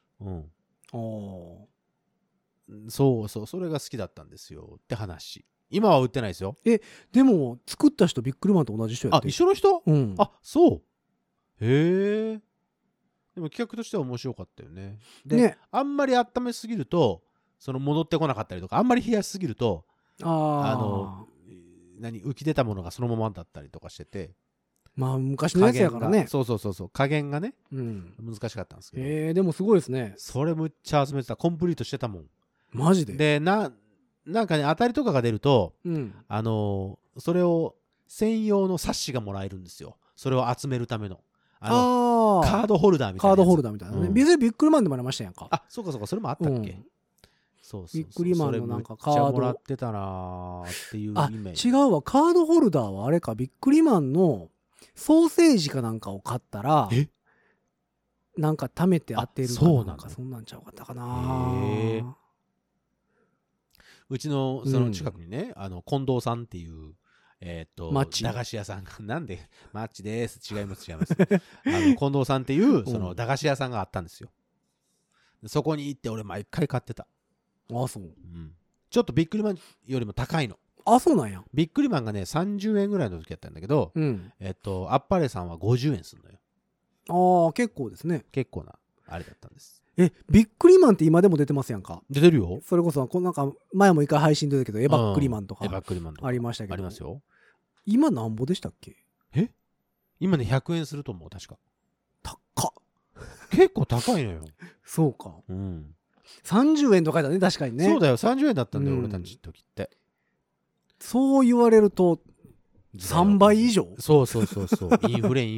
そうそう。それが好きだったんですよ。って話。今は売ってないですよ。 でも、作った人ビックリマンと同じ人やって。 一緒の人？そう。へえ。でも企画としては面白かったよね。で、あんまり温めすぎると、戻ってこなかったりとか、あんまり冷やしすぎると、浮き出たものがそのままだったりとかしてて。 まあ、昔のやつやからね。 そう。加減がね、難しかったんですけど。 でもすごいですね。 それむっちゃ集めてた。コンプリートしてたもん。 マジで？ で、なんかね、当たりとかが出ると、それを専用の冊子がもらえるんですよ。それを集めるための。カードホルダーみたいな。 カードホルダーみたいなね。ビックリマンでもありましたやんか。 そうか。それもあったっけ？そう。 ビックリマンのなんかカード。 めっちゃもらってたなーっていうイメージ。 違うわ。カードホルダーはあれか。ビックリマンのソーセージかなんかを買ったら、なんか貯めて当てるかなんか、そんなんちゃうかったかな。 うちのその近くにね、近藤さんっていう、駄菓子屋さんが、なんで、マッチです。違います。近藤さんっていう、その駄菓子屋さんがあったんですよ。そこに行って俺毎回買ってた。 そう。 ちょっとビックリマンよりも高いの。 そうなんや。 ビックリマンがね、30円ぐらいの時やったんだけど、あっぱれさんは50円するのよ。 結構ですね。 結構な、あれだったんです。 ビックリマンって今でも出てますやんか。 出てるよ。 それこそ、なんか、前も一回配信出たけど、エバックリマンとか。ありましたけど。 ありますよ。 今なんぼでしたっけ？ 今ね、100円すると思う、確か。 高っ。 結構高いのよ。 そうか。30円とかだね、確かにね。 そうだよ、30円だったんだよ、俺たちの時って。 そう言われると、3倍以上？ そう。インフレ。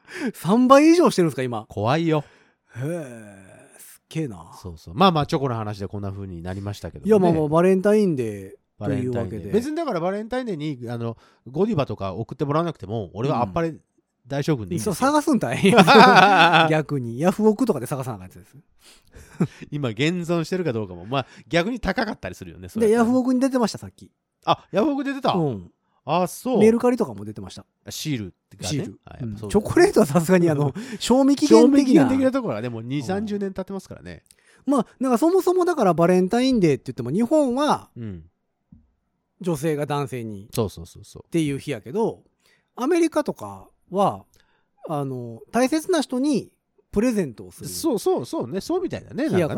3倍以上してるんですか、今。 怖いよ。 へえ。すっげえな。 そう。まあ、チョコの話でこんな風になりましたけどね。 いや、まあ、バレンタインデーというわけで。 別にだからバレンタインデーに、ゴディバとか送ってもらわなくても、俺はあっぱれ大将軍でいいんですよ。 探すん大変。逆に。ヤフオクとかで探さなかったやつです。 今、現存してるかどうかも、まあ、逆に高かったりするよね。 で、ヤフオクに出てました、さっき。 ヤフオク出てた？ あ、そう。 メルカリとかも出てました。 シールってシール。チョコレートはさすがに賞味期限的なところはね、もう2、30年経ってますからね。 まあ、なんかそもそもだからバレンタインデーって言っても日本は、女性が男性にっていう日やけど、アメリカとかは大切な人にプレゼントをする。 そうね、そうみたいなね。 日やから、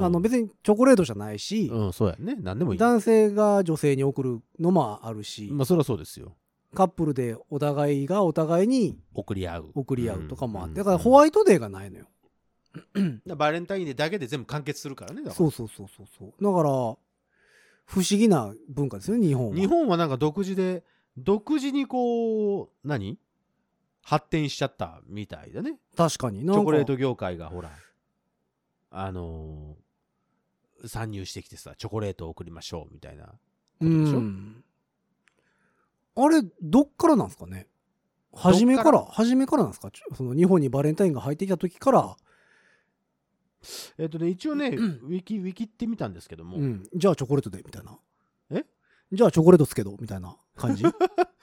別にチョコレートじゃないし、 そうやね、何でもいい。 男性が女性に送るのもあるし、 まあそりゃそうですよ。 カップルでお互いがお互いに送り合うとかもあって、だからホワイトデーがないのよ。 バレンタインデーだけで全部完結するからね。 そう。だから不思議な文化ですよね、日本は。 日本はなんか独自にこう発展しちゃったみたいだね。 確かに。 チョコレート業界がほら参入してきてさ、チョコレートを送りましょうみたいなことでしょ。 あれどっからなんですかね。初めからなんですか。その日本にバレンタインが入ってきた時から。 一応ね、ウィキってみたんですけども、 じゃあチョコレートでみたいな。じゃあチョコレートつけどみたいな感じ。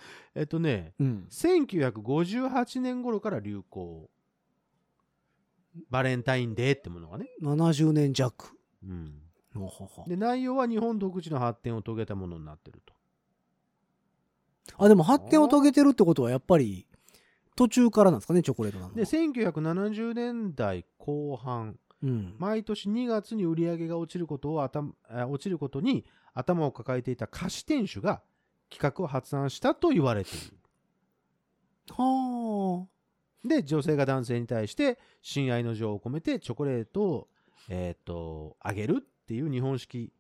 1958年頃から流行。バレンタインデーってものがね。 70年弱。 で、内容は日本独自の発展を遂げたものになってると。でも発展を遂げてるってことはやっぱり途中からなんですかね、チョコレートなの。 で、1970年代後半。毎年2月に売り上げが落ちることに頭を抱えていた菓子店主が企画を発案したと言われている。で、女性が男性に対して親愛の情を込めてチョコレートをあげるっていう日本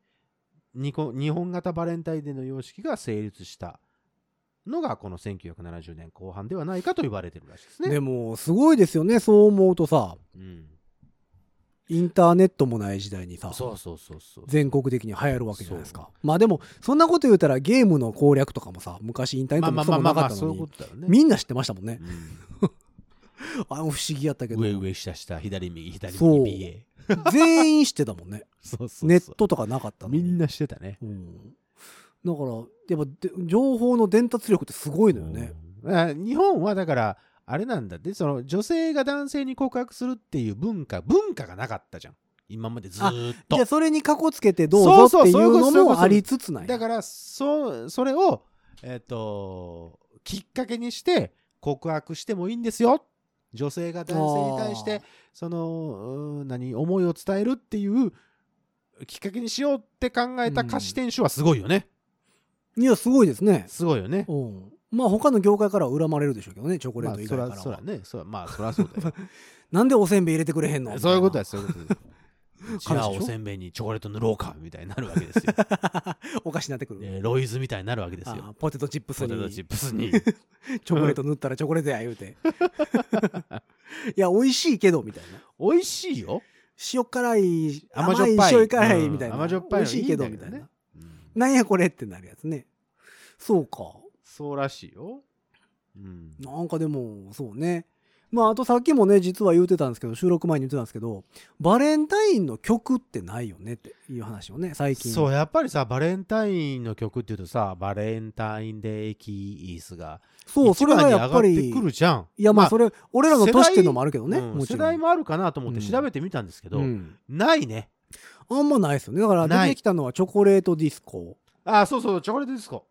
型バレンタインデーの様式が成立したのがこの1970年後半ではないかと言われているらしいですね。 でもすごいですよね、そう思うとさ。インターネットもない時代にさ、全国的に流行るわけじゃないですか。まあでもそんなこと言うたらゲームの攻略とかもさ、昔インターネットもそうなかったのにみんな知ってましたもんね。不思議やったけど、 上下左右 BA 全員知ってたもんね。ネットとかなかったのにみんな知ってたね。 だからやっぱ情報の伝達力ってすごいのよね。 日本はだからあれなんだって、その女性が男性に告白するっていう文化がなかったじゃん、今までずーっと。 じゃあそれにかこつけてどうぞっていうのもありつつない。 だからそれをきっかけにして告白してもいいんですよ。女性が男性に対してその思いを伝えるっていうきっかけにしようって考えた菓子店主はすごいよね。 いやすごいですね。 すごいよね。 まあ他の業界からは恨まれるでしょうけどね、チョコレート以外からは。 そらね、まあそらそうだよ。 なんでおせんべい入れてくれへんの。 そういうことです。じゃあおせんべいにチョコレート塗ろうかみたいになるわけですよ。 お菓子になってくる。 ロイズみたいになるわけですよ。 ポテトチップスにチョコレート塗ったらチョコレートや言うて。いや美味しいけどみたいな。 美味しいよ。 塩辛い甘じょっぱい塩辛いみたいな。 甘じょっぱい美味しいけどみたいな。なんやこれってなるやつね。そうか。 そうらしいよ。 なんかでもそうね。まああとさっきもね実は言うてたんですけど、収録前に言ってたんですけど、バレンタインの曲ってないよねっていう話をね最近。 そうやっぱりさ、バレンタインの曲っていうとさ、バレンタインデーキースがそれがやっぱりくるじゃん。 いやまあそれ俺らの年っていうのもあるけどね。 もちろん世代もあるかなと思って調べてみたんですけど、ないね。 あんまないですよね。だから出てきたのはチョコレートディスコ。 そうそう、チョコレートディスコ。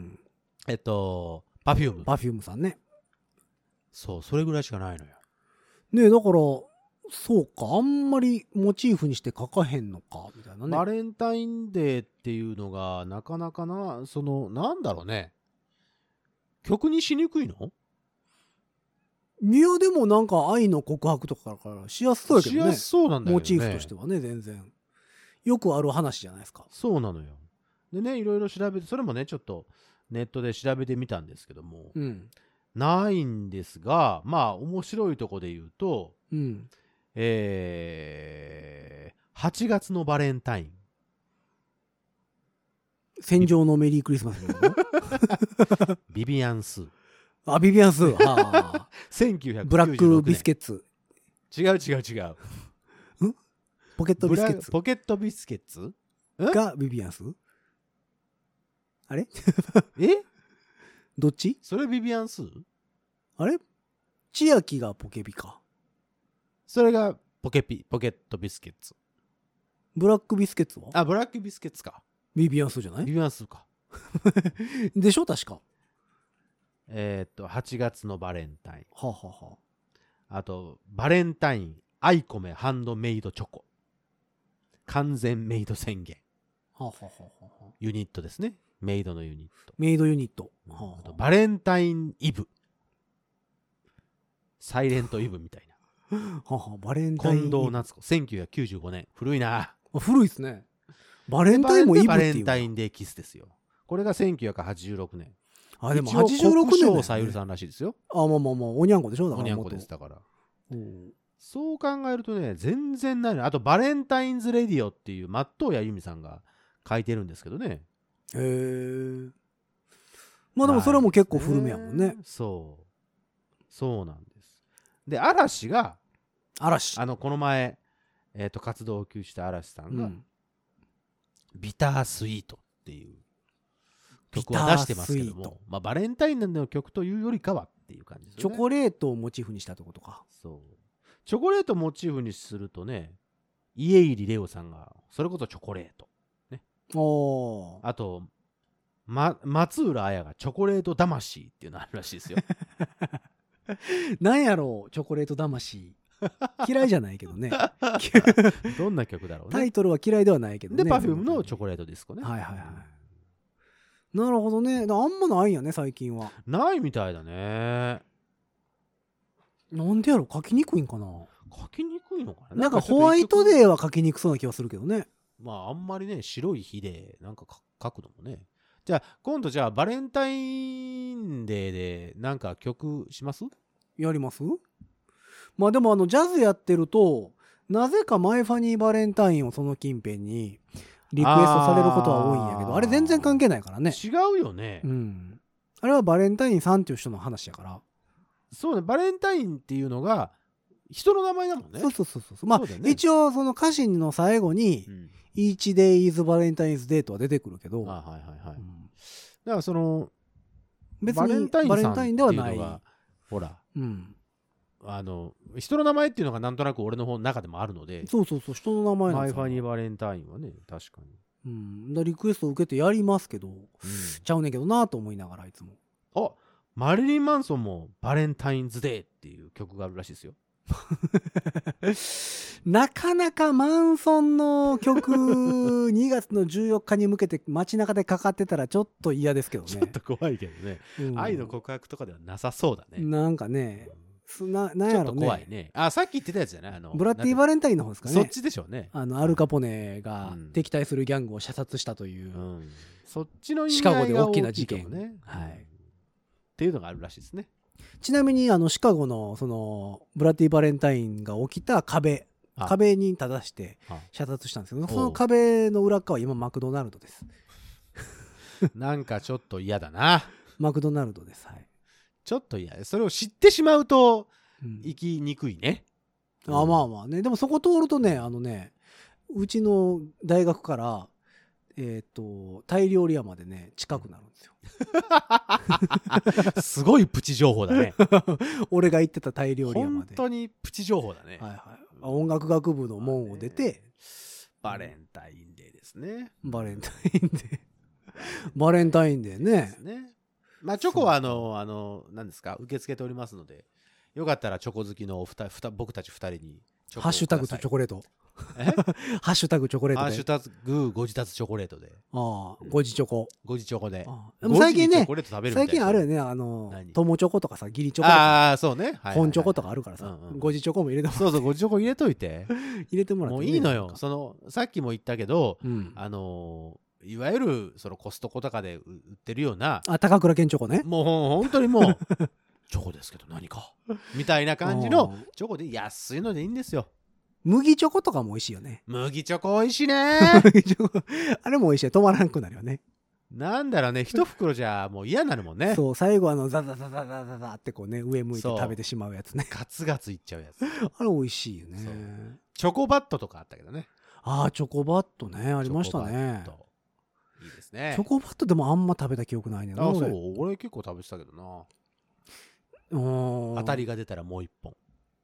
パフュームさんね。 そう、それぐらいしかないのよ。 ね、だからそうか、あんまりモチーフにして書かへんのかみたいなね。 バレンタインデーっていうのがなかなかなんだろうね、曲にしにくいの？ いやでもなんか愛の告白とかからしやすそうやけどね。 しやすそうなんだよね。 モチーフとしてはね、全然よくある話じゃないですか。 そうなのよ。でね、いろいろ調べて、それもねちょっとネットで調べてみたんですけども、ないんですが、まあ面白いとこで言うと、8月のバレンタイン、 戦場のメリークリスマスビビアンスビビアンス 1996年ブラックビスケッツ。 違うポケットビスケッツ。 ポケットビスケッツがビビアンス。あれどっち？ それビビアンスー？ あれ千秋がポケビか。 それがポケットビスケッツ。 ブラックビスケッツは？ あ、ブラックビスケッツか。 ビビアンスじゃない？ ビビアンスーか。 でしょ確か。 8月のバレンタイン。 はあ、はあはあと、バレンタイン、アイコメハンドメイドチョコ。完全メイド宣言。 あ、はあはあはあはあ、 ユニットですね。メイドのユニット。 メイドユニット。 はあはあ、 あとバレンタインイブ。サイレントイブみたいな。 はあはあ、バレンタイン。 近藤夏子。1995年。古いな。 古いですね。バレンタインもイブっていう。 バレンタインデーキスですよ。これが1986年。 あ、でも 86 86年だよね。 さゆるさんらしいですよ。 あ、まあまあまあ、おにゃんこでしょだから。 おにゃんこです、だから。 うん、 そう考えるとね、全然ないの。あと、バレンタインズレディオっていう松任谷由実さんが書いてるんですけどね。 へえ。まあでもそれはもう結構古めやもんね。 そうなんです。で、嵐が、この前、活動を休止した嵐さんが、ビタースイートっていう曲を出してますけども、まあ、バレンタインの曲というよりかはっていう感じですね。 チョコレートをモチーフにしたってことか。 そう。チョコレートをモチーフにするとね、家入レオさんが、それこそチョコレート。ね。あと、松浦綾がチョコレート魂っていうのあるらしいですよ。 なんやろう、チョコレート魂。嫌いじゃないけどね。 どんな曲だろうね。 タイトルは嫌いではないけどね。 で、Perfume のチョコレートディスコね。 はいはいはい。なるほどね。あんまないんやね、最近は。 ないみたいだね。 なんでやろ、書きにくいんかな。 書きにくいのかな。 なんかホワイトデーは書きにくそうな気がするけどね。 まあ、あんまりね、白い日でなんか書くのもね。じゃあ、今度じゃあ、バレンタインデーでなんか曲します？ やります？まあでもジャズやってると、なぜかマイファニーバレンタインをその近辺にリクエストされることは多いんやけど、あれ全然関係ないからね。 違うよね。 うん。あれはバレンタインさんっていう人の話やから。 そうね、バレンタインっていうのが人の名前だもんね。 そう。まあ、ね、一応その歌詞の最後に、Each day is Valentine's Day とは出てくるけど、 はいはいはい。だからその別にバレンタインではない。 ほら。人の名前っていうのがなんとなく俺の中でもあるので。 そう、人の名前なんマイファニーバレンタインはね、確かに。 リクエストを受けてやりますけど、ちゃうねんけどなと思いながらいつも。 あ、マリリン・マンソンもバレンタインズデーっていう曲があるらしいですよ。 なかなかマンソンの曲2月の14日に向けて街中でかかってたらちょっと嫌ですけどね。 ちょっと怖いけどね。愛の告白とかではなさそうだね。 なんかね。なんやろね。ちょっと怖いね。あ、さっき言ってたやつじゃないブラッディ・バレンタインの方ですかね。 そっちでしょうね。 アルカポネが敵対するギャングを射殺したという、 そっちの意味シカゴで大きな事件ね。 はい。 っていうのがあるらしいですね。 ちなみにシカゴのそのブラッディ・バレンタインが起きた壁に正して射殺したんですけど、その壁の裏側は今マクドナルドです。 なんかちょっと嫌だな。 マクドナルドです。はい。 ちょっと嫌。それを知ってしまうと行きにくいね。 まあね。でもそこ通るとね、うちの大学からタイ料理屋までね近くなるんですよ。 すごいプチ情報だね。 俺が行ってたタイ料理屋まで。 本当にプチ情報だね。 はいはい。音楽学部の門を出て、 バレンタインデーですね。 バレンタインデー。バレンタインデーね。 まあチョコは何ですか、受け付けておりますので、よかったらチョコ好きの僕たち2人にハッシュタグとチョコレート。ハッシュタグチョコレートで。 ハッシュタグご自達チョコレートで。 ご自チョコ。 ご自チョコで。 でも最近ね、最近あるよね、友チョコとかさ、義理チョコとか。 ああ、そうね。 本チョコとかあるからさ、ご自チョコも入れてもらって。 そう、ご自チョコ入れといて。 入れてもらって。 もういいのよ。さっきも言ったけど、いわゆるコストコとかで売ってるような。 高倉健チョコね。 もう本当にもう、チョコですけど何か。みたいな感じのチョコで安いのでいいんですよ。 麦チョコとかも美味しいよね。 麦チョコ美味しいね。 あれも美味しい。止まらんくなるよね。 なんだろうね、一袋じゃもう嫌になるもんね。 そう、最後ザザザザザザザってこうね、上向いて食べてしまうやつね。 ガツガツいっちゃうやつ。 あれ美味しいよね。 チョコバットとかあったけどね。 チョコバットね、ありましたね。 いいですね。 チョコバットでもあんま食べた記憶ないねんな。 そう。俺結構食べてたけどな。当たりが出たらもう一本。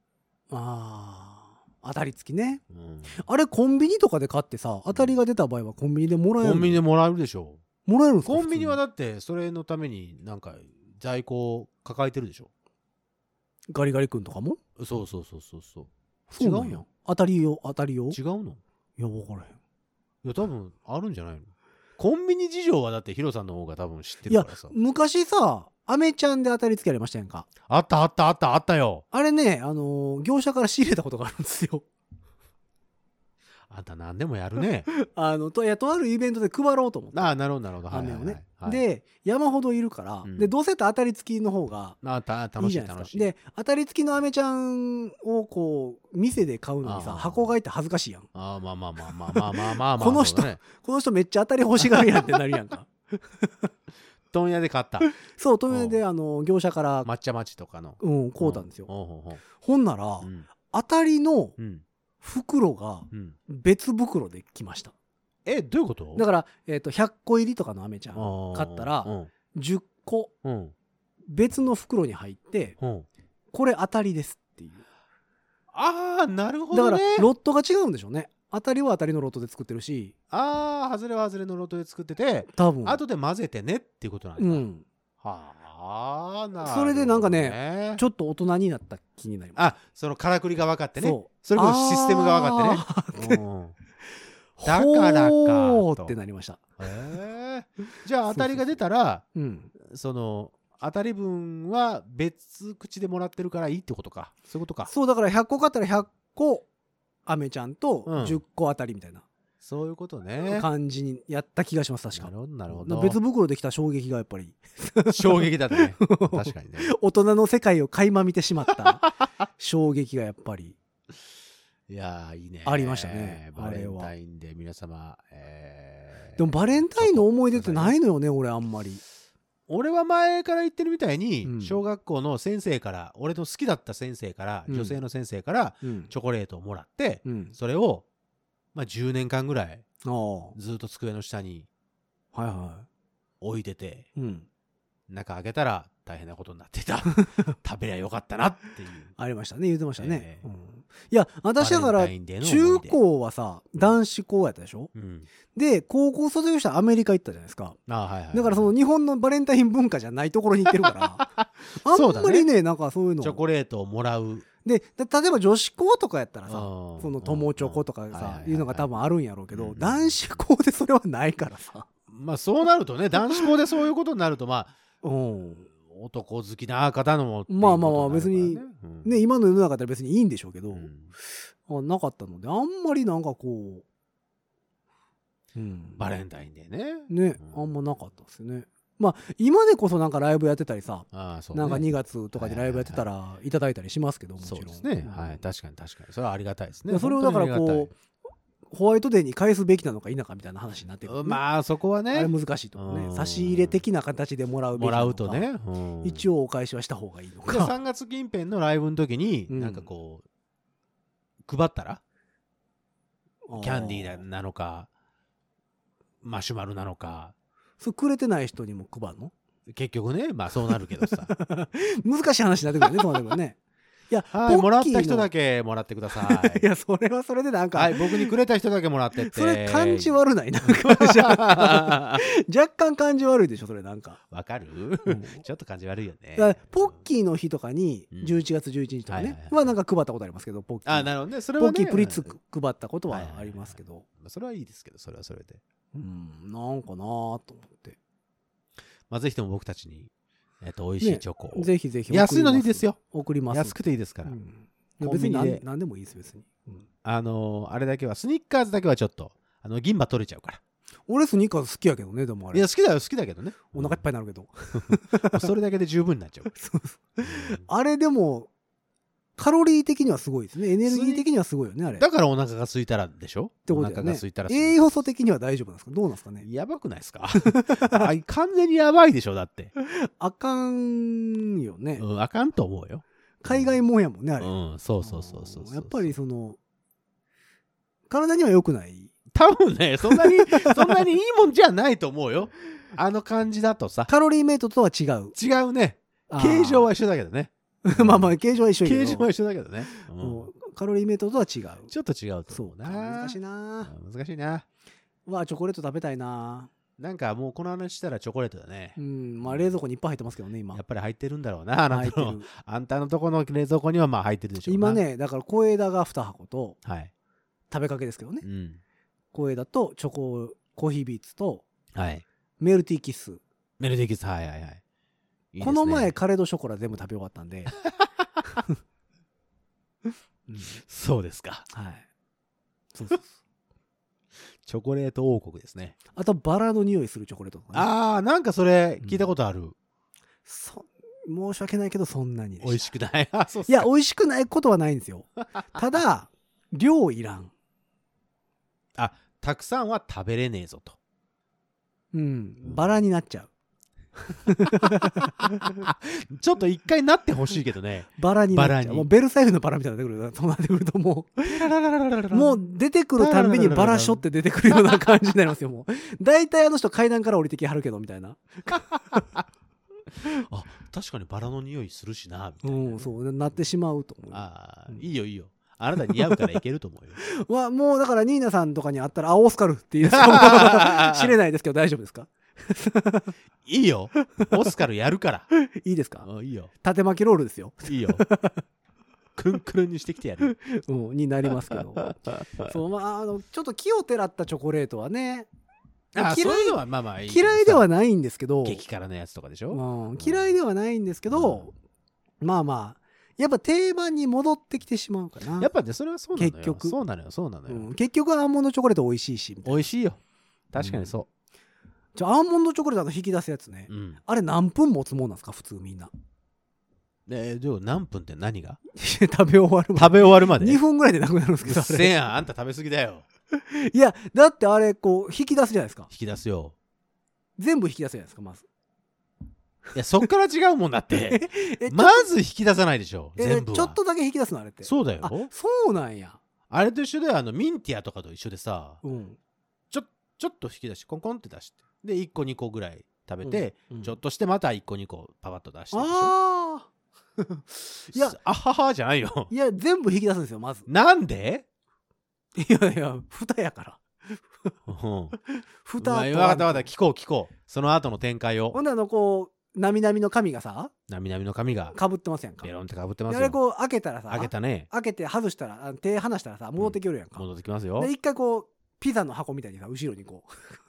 当たり付きね。あれコンビニとかで買ってさ、当たりが出た場合はコンビニでもらえる。 コンビニでもらえるでしょ。 もらえるんですか？ コンビニはだってそれのためになんか在庫を抱えてるでしょ。 ガリガリ君とかも？ そう。 違うの？当たりよ。 違うの？ いや、分からへん。 いや、多分あるんじゃないの？コンビニ事情はだってヒロさんの方が多分知ってるからさ。 いや、昔さ、アメちゃんで当たり付きありましたやんか。 あったよ。 あれね、業者から仕入れたことがあるんですよ。 あんた何でもやるね。 とあるイベントで配ろうと思って。 なるほど。 飴をね。で、山ほどいるから、で、どうせ当たり付きの方がいいじゃないですか。で、当たり付きの飴ちゃんをこう、店で買うのにさ、箱買いって恥ずかしいやん。 まあ。 この人めっちゃ当たり欲しがるやんってなるやんか。 問屋で買った。 そう、問屋で業者から抹茶町とかの買うたんですよ。ほんなら、当たりの袋が別袋で来ました。 どういうこと？ だから100個入りとかの飴ちゃん買ったら10個別の袋に入ってこれ当たりですっていう。 なるほどね。 だからロットが違うんでしょうね。当たりは当たりのロットで作ってるし、 外れは外れのロットで作ってて、 多分後で混ぜてねっていうことなんだ。なるほどね。 それでなんかね、ちょっと大人になった気になります。 そのからくりが分かってね。それこそシステムが分かってね。だからかってなりました。 じゃあ当たりが出たら、その当たり分は別口でもらってるからいいってことか。そういうことか。 そう、だから100個買ったら100個アメちゃんと10個当たりみたいな、 そういうことね。 感じにやった気がします。確か。 なるほど。 別袋できた衝撃がやっぱり衝撃だね。確かにね。 大人の世界を垣間見てしまった衝撃がやっぱり。 いやー、いいね。 ありましたね。 バレンタインで皆様。 でもバレンタインの思い出ってないのよね、俺あんまり。 俺は前から言ってるみたいに、小学校の先生から、俺の好きだった先生から、女性の先生からチョコレートをもらって、それを10年間ぐらいずっと机の下に置いてて、中開けたら大変なことになってた。食べりゃよかったなっていう。 ありましたね、言ってましたね。いや、私だから中高はさ、男子校やったでしょ。で、高校卒業したらアメリカ行ったじゃないですか。だからその日本のバレンタイン文化じゃないところに行ってるから、あんまりね、なんかそういうの。 チョコレートをもらう。 で、例えば女子校とかやったらさ、その友チョコとかさ、いうのが多分あるんやろうけど、男子校でそれはないからさ。 そうなるとね、男子校でそういうことになると、男好きな方のも別にね、今の世の中で別にいいんでしょうけど、なかったので、あんまりなんかこう、 バレンタインデーね、あんまなかったですね。今でこそなんかライブやってたりさ、なんか2月とかでライブやってたらいただいたりしますけどもちろん。 そうですね。確かにそれはありがたいですね。 それをだからこうホワイトデーに返すべきなのか否かみたいな話になってくる、 そこはね、 あれ難しいと思うね。差し入れ的な形でもらうべきなのか、 とね、 一応お返しはした方がいいのか。 3月近辺のライブの時になんかこう配ったら、キャンディーなのかマシュマロなのか、 それくれてない人にも配るの？ 結局ね、そうなるけどさ。 難しい話になってくるね、そうなるね。いや、 もらった人だけもらってください。 いや、それはそれでなんか、 僕にくれた人だけもらってって。 それ感じ悪ないなんか若干感じ悪いでしょ、それなんか。 わかる？ちょっと感じ悪いよね。 ポッキーの日とかに11月11日とかねはなんか配ったことありますけど、ポッキー。 なるほどね。それはね。 ポッキープリッツ配ったことはありますけど。 それはいいですけど、それはそれで。 なんかなと思って。 ぜひとも僕たちに美味しいチョコを。 ぜひぜひ。 安いのでいいですよ。 送ります。 安くていいですから。 別に何でもいいです、別に。 あれだけは、スニッカーズだけはちょっと、銀歯取れちゃうから。 俺スニッカーズ好きやけどね、でもあれ。 いや、好きだけどね。 お腹いっぱいになるけど。 それだけで十分になっちゃう。 あれでも、カロリー的にはすごいですね。エネルギー的にはすごいよね、あれ。 だからお腹が空いたらでしょってことだよね。お腹が空いたら。 栄養素的には大丈夫なんですか？どうなんですかね？ やばくないですか？完全にやばいでしょ、だって。 あかんよね。 あかんと思うよ。 海外もんやもんね、あれ。 そう。 やっぱりその、体には良くない。 多分ね、そんなにいいもんじゃないと思うよ。あの感じだとさ。 カロリーメイトとは違う。 違うね。形状は一緒だけどね。 まあまあ、形状は一緒やけど。 形状は一緒だけどね。 カロリーメイトとは違う。 ちょっと違うと思うな。 難しいな。 難しいな。 チョコレート食べたいな。 なんかもうこの話したらチョコレートだね。 まあ冷蔵庫にいっぱい入ってますけどね、今。 やっぱり入ってるんだろうな。あんたのとこの冷蔵庫にはまあ入ってるでしょうな。 今ね、だから小枝が2箱と、 はい。 食べかけですけどね。小枝とチョコ、コーヒービーツと、 はい。 メルティーキッス。 メルティーキッス、はいはいはい。 この前カレードショコラ全部食べ終わったんで。 そうですか。 はい。そうそう。 チョコレート王国ですね。 あとバラの匂いするチョコレートとかね。 ああ、なんかそれ聞いたことある。 申し訳ないけどそんなにでした。 美味しくない。そうっすか。 いや、美味しくないことはないんですよ。ただ、量いらん。 たくさんは食べれねえぞと。 バラになっちゃう。 ちょっと一回なってほしいけどね。 バラになっちゃう。もうベルサイユのバラみたいになってくる。そうなってくるともう出てくるたんびにバラショって出てくるような感じになりますよ。もう大体あの人階段から降りてきはるけどみたいな。 確かにバラの匂いするしなみたいな。 そうなってしまうと思う。いいよいいよ。あなた似合うからいけると思うよ。 もうだからニーナさんとかに会ったらオスカルって言うかもしれないですけど大丈夫ですか？ いいよ。オスカルやるから。 いいですか？ いいよ。 縦巻きロールですよ。 いいよ。くんくるんにしてきてやる。 になりますけど。そう、ちょっと気をてらったチョコレートはね。 そういうのはまあまあいい。 嫌いではないんですけど。 激辛のやつとかでしょ？ 嫌いではないんですけど、まあまあ、やっぱ定番に戻ってきてしまうかな。 やっぱね、それはそうなのよ。 結局。 そうなのよ、そうなのよ。 結局アーモンドチョコレート美味しいし。 美味しいよ。確かにそう。 アーモンドチョコレート引き出すやつね。あれ何分持つもんなんですか、普通みんな。 でも何分って何が？ 食べ終わるまで。 食べ終わるまで。 2分ぐらいでなくなるんですけど。 せやん、あんた食べ過ぎだよ。 いや、だってあれ、こう、引き出すじゃないですか。 引き出すよ。 全部引き出すじゃないですか、まず。 いや、そっから違うもんだって。まず引き出さないでしょ、全部は。 ちょっとだけ引き出すのあれって。 そうだよ。 そうなんや。 あれと一緒で、ミンティアとかと一緒でさ、ちょっと引き出して、コンコンって出して。で、1個2個ぐらい食べて、ちょっとしてまた1個2個パパッと出してでしょ。いや、あははじゃないよ。 いや、全部引き出すんですよ、まず。 なんで？ いやいや、蓋やから。蓋。 分かった聞こう。その後の展開を。 ほんでこう、なみなみの紙がさ、 なみなみの紙がかぶってますやんか。 ベロンってかぶってますよ。 あれこう開けたらさ、 開けたね。 開けて外したら、手離したらさ、戻ってきよるやんか。 戻ってきますよ。 で、一回こう、ピザの箱みたいにさ、後ろにこ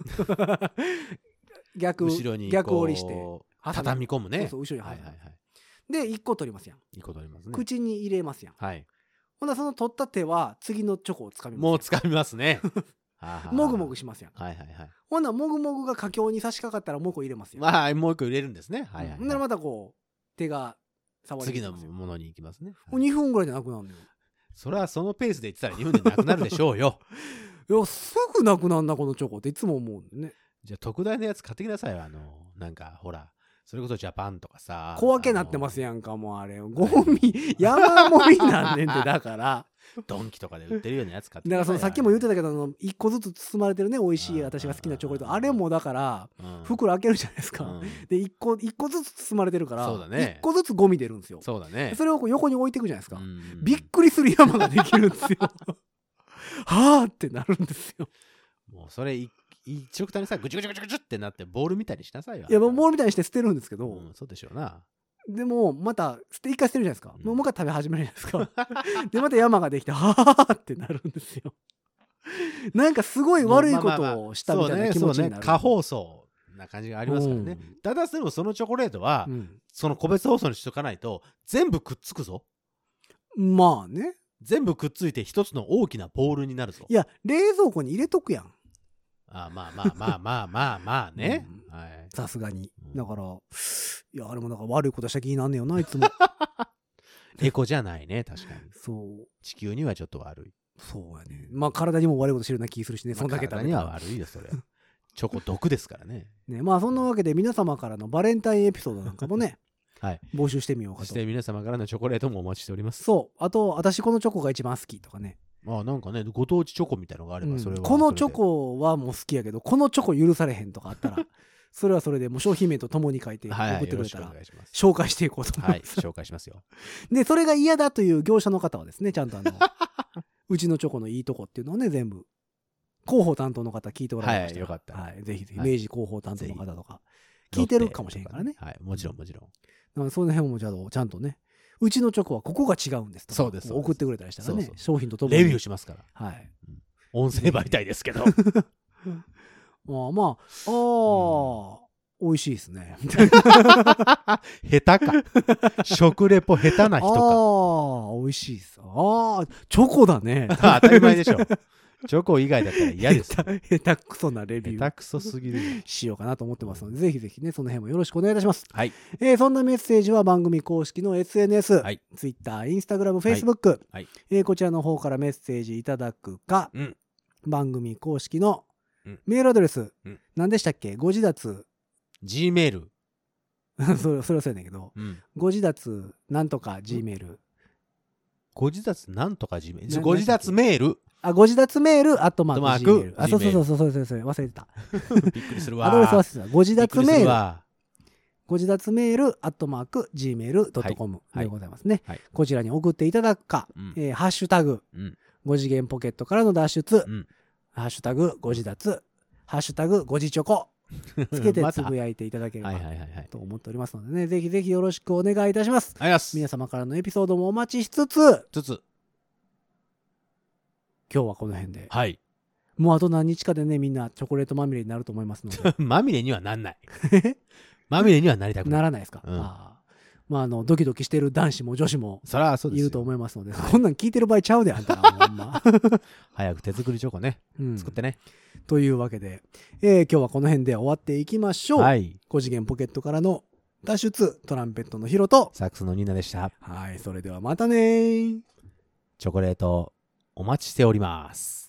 う、逆折りして、 畳み込むね。 そう、後ろに。で、1個取りますやん。 1個取りますね。 口に入れますやん。 はい。 ほんならその取った手は、次のチョコをつかみます。 もうつかみますね。 もぐもぐしますやん。ほんならもぐもぐが佳境に差し掛かったらもう1個入れますやん。 まあ、もう1個入れるんですね。 ほんならまたこう、手が触り次のものに行きますね。 2分ぐらいでなくなるのよ。 それはそのペースで言ってたら2分でなくなるでしょうよ。 いや、すぐなくなんな、このチョコっていつも思うんでね。 じゃあ特大のやつ買ってきなさいよ。なんか、ほら。それこそジャパンとかさ。 小分けなってますやんか、もうあれ。ゴミ、山盛りなんねんって、だから。 ドンキとかで売ってるようなやつ買ってきだなさいよ。 からさっきも言ってたけど、1個ずつ包まれてるね、美味しい私が好きなチョコレート。あれもだから、袋開けるじゃないですか。で、1個ずつ包まれてるから、1個ずつゴミ出るんですよ。 そうだね。 それを横に置いていくじゃないですか。びっくりする山ができるんですよ。はぁってなるんですよ。 もうそれ一緒くたにさ、ぐちゅぐちゅぐちゅぐちゅってなってボールみたいにしなさいよ。 いや、ボールみたいにして捨てるんですけど。 そうでしょうな。 でも、また、一回捨てるじゃないですか。もう一回食べ始めるじゃないですか。で、また山ができて、はぁってなるんですよ。なんかすごい悪いことをしたみたいな気持ちになる。 過放送な感じがありますからね。ただでもそのチョコレートは、その個別包装にしとかないと、全部くっつくぞ。 まあね。 全部くっついて一つの大きなボールになるぞ。 いや、冷蔵庫に入れとくやん。 まあね。 さすがに。だから、いや、あれもなんか悪いことした気になんねよな、いつも。 エコじゃないね、確かに。 そう。 地球にはちょっと悪い。 そうやね。まあ体にも悪いことしてるような気するしね、そんだけ食べたら。 体には悪いよ、それ。チョコ毒ですからね。 ね、まあそんなわけで皆様からのバレンタインエピソードなんかもね、募集してみようかと。 そして皆様からのチョコレートもお待ちしております。 そう。あと、私このチョコが一番好きとかね。 なんかね、ご当地チョコみたいのがあれば、それは。 このチョコはもう好きやけど、このチョコ許されへんとかあったら、それはそれでもう商品名とともに書いて送ってくれたら、紹介していこうと思います。 はい、紹介しますよ。 で、それが嫌だという業者の方はですね、ちゃんとうちのチョコのいいとこっていうのをね、全部、広報担当の方聞いておられましたら、 はい、よかった。 はい、ぜひぜひ、明治広報担当の方とか、聞いてるかもしれんからね。 はい、もちろん。 その辺もちゃんとね、うちのチョコはここが違うんですとか、 そうです。 送ってくれたりしたらね、商品とともに。レビューしますから。 はい。 音声媒体ですけど。 美味しいですね。 下手か。食レポ下手な人か。 美味しいです。チョコだね。 当たり前でしょ。チョコ以外だったら嫌です。 下手くそなレビュー。 下手くそすぎる。 しようかなと思ってますので、ぜひぜひね、その辺もよろしくお願いいたします。 はい。 そんなメッセージは番組公式の SNS、 はい、 Twitter、Instagram、Facebook、 はいこちらの方からメッセージいただくか、番組公式のメールアドレス、何でしたっけ？ご自立。 Gmail。 それはそうやねんけど、ご自立なんとか Gmail。 ご自立なんとか Gmail。ご自立メール。 ご自立メール、@Gmail。そう、忘れてた。 びっくりするわ。 アドレス忘れてた。ご自立メール。ご自立メール、@gmail.com でございますね。こちらに送っていただくか、ハッシュタグ、5次元ポケットからの脱出、ハッシュタグ、ご自立、ハッシュタグ、ご自チョコ、つけてつぶやいていただければと思っておりますのでね、ぜひぜひよろしくお願いいたします。皆様からのエピソードもお待ちしつつ、今日はこの辺で。 はい。 もうあと何日かでね、みんなチョコレートまみれになると思いますので。 まみれにはなんない。まみれにはなりたくない。 ならないですか。ドキドキしてる男子も女子もいると思いますので、こんなん聞いてる場合ちゃうで、あんた。ほんま。 早く手作りチョコね、作ってね。 というわけで、今日はこの辺で終わっていきましょう。5次元ポケットからの脱出、トランペットのヒロとサックスのニーナでした。 はい、それではまたね。 チョコレートお待ちしております。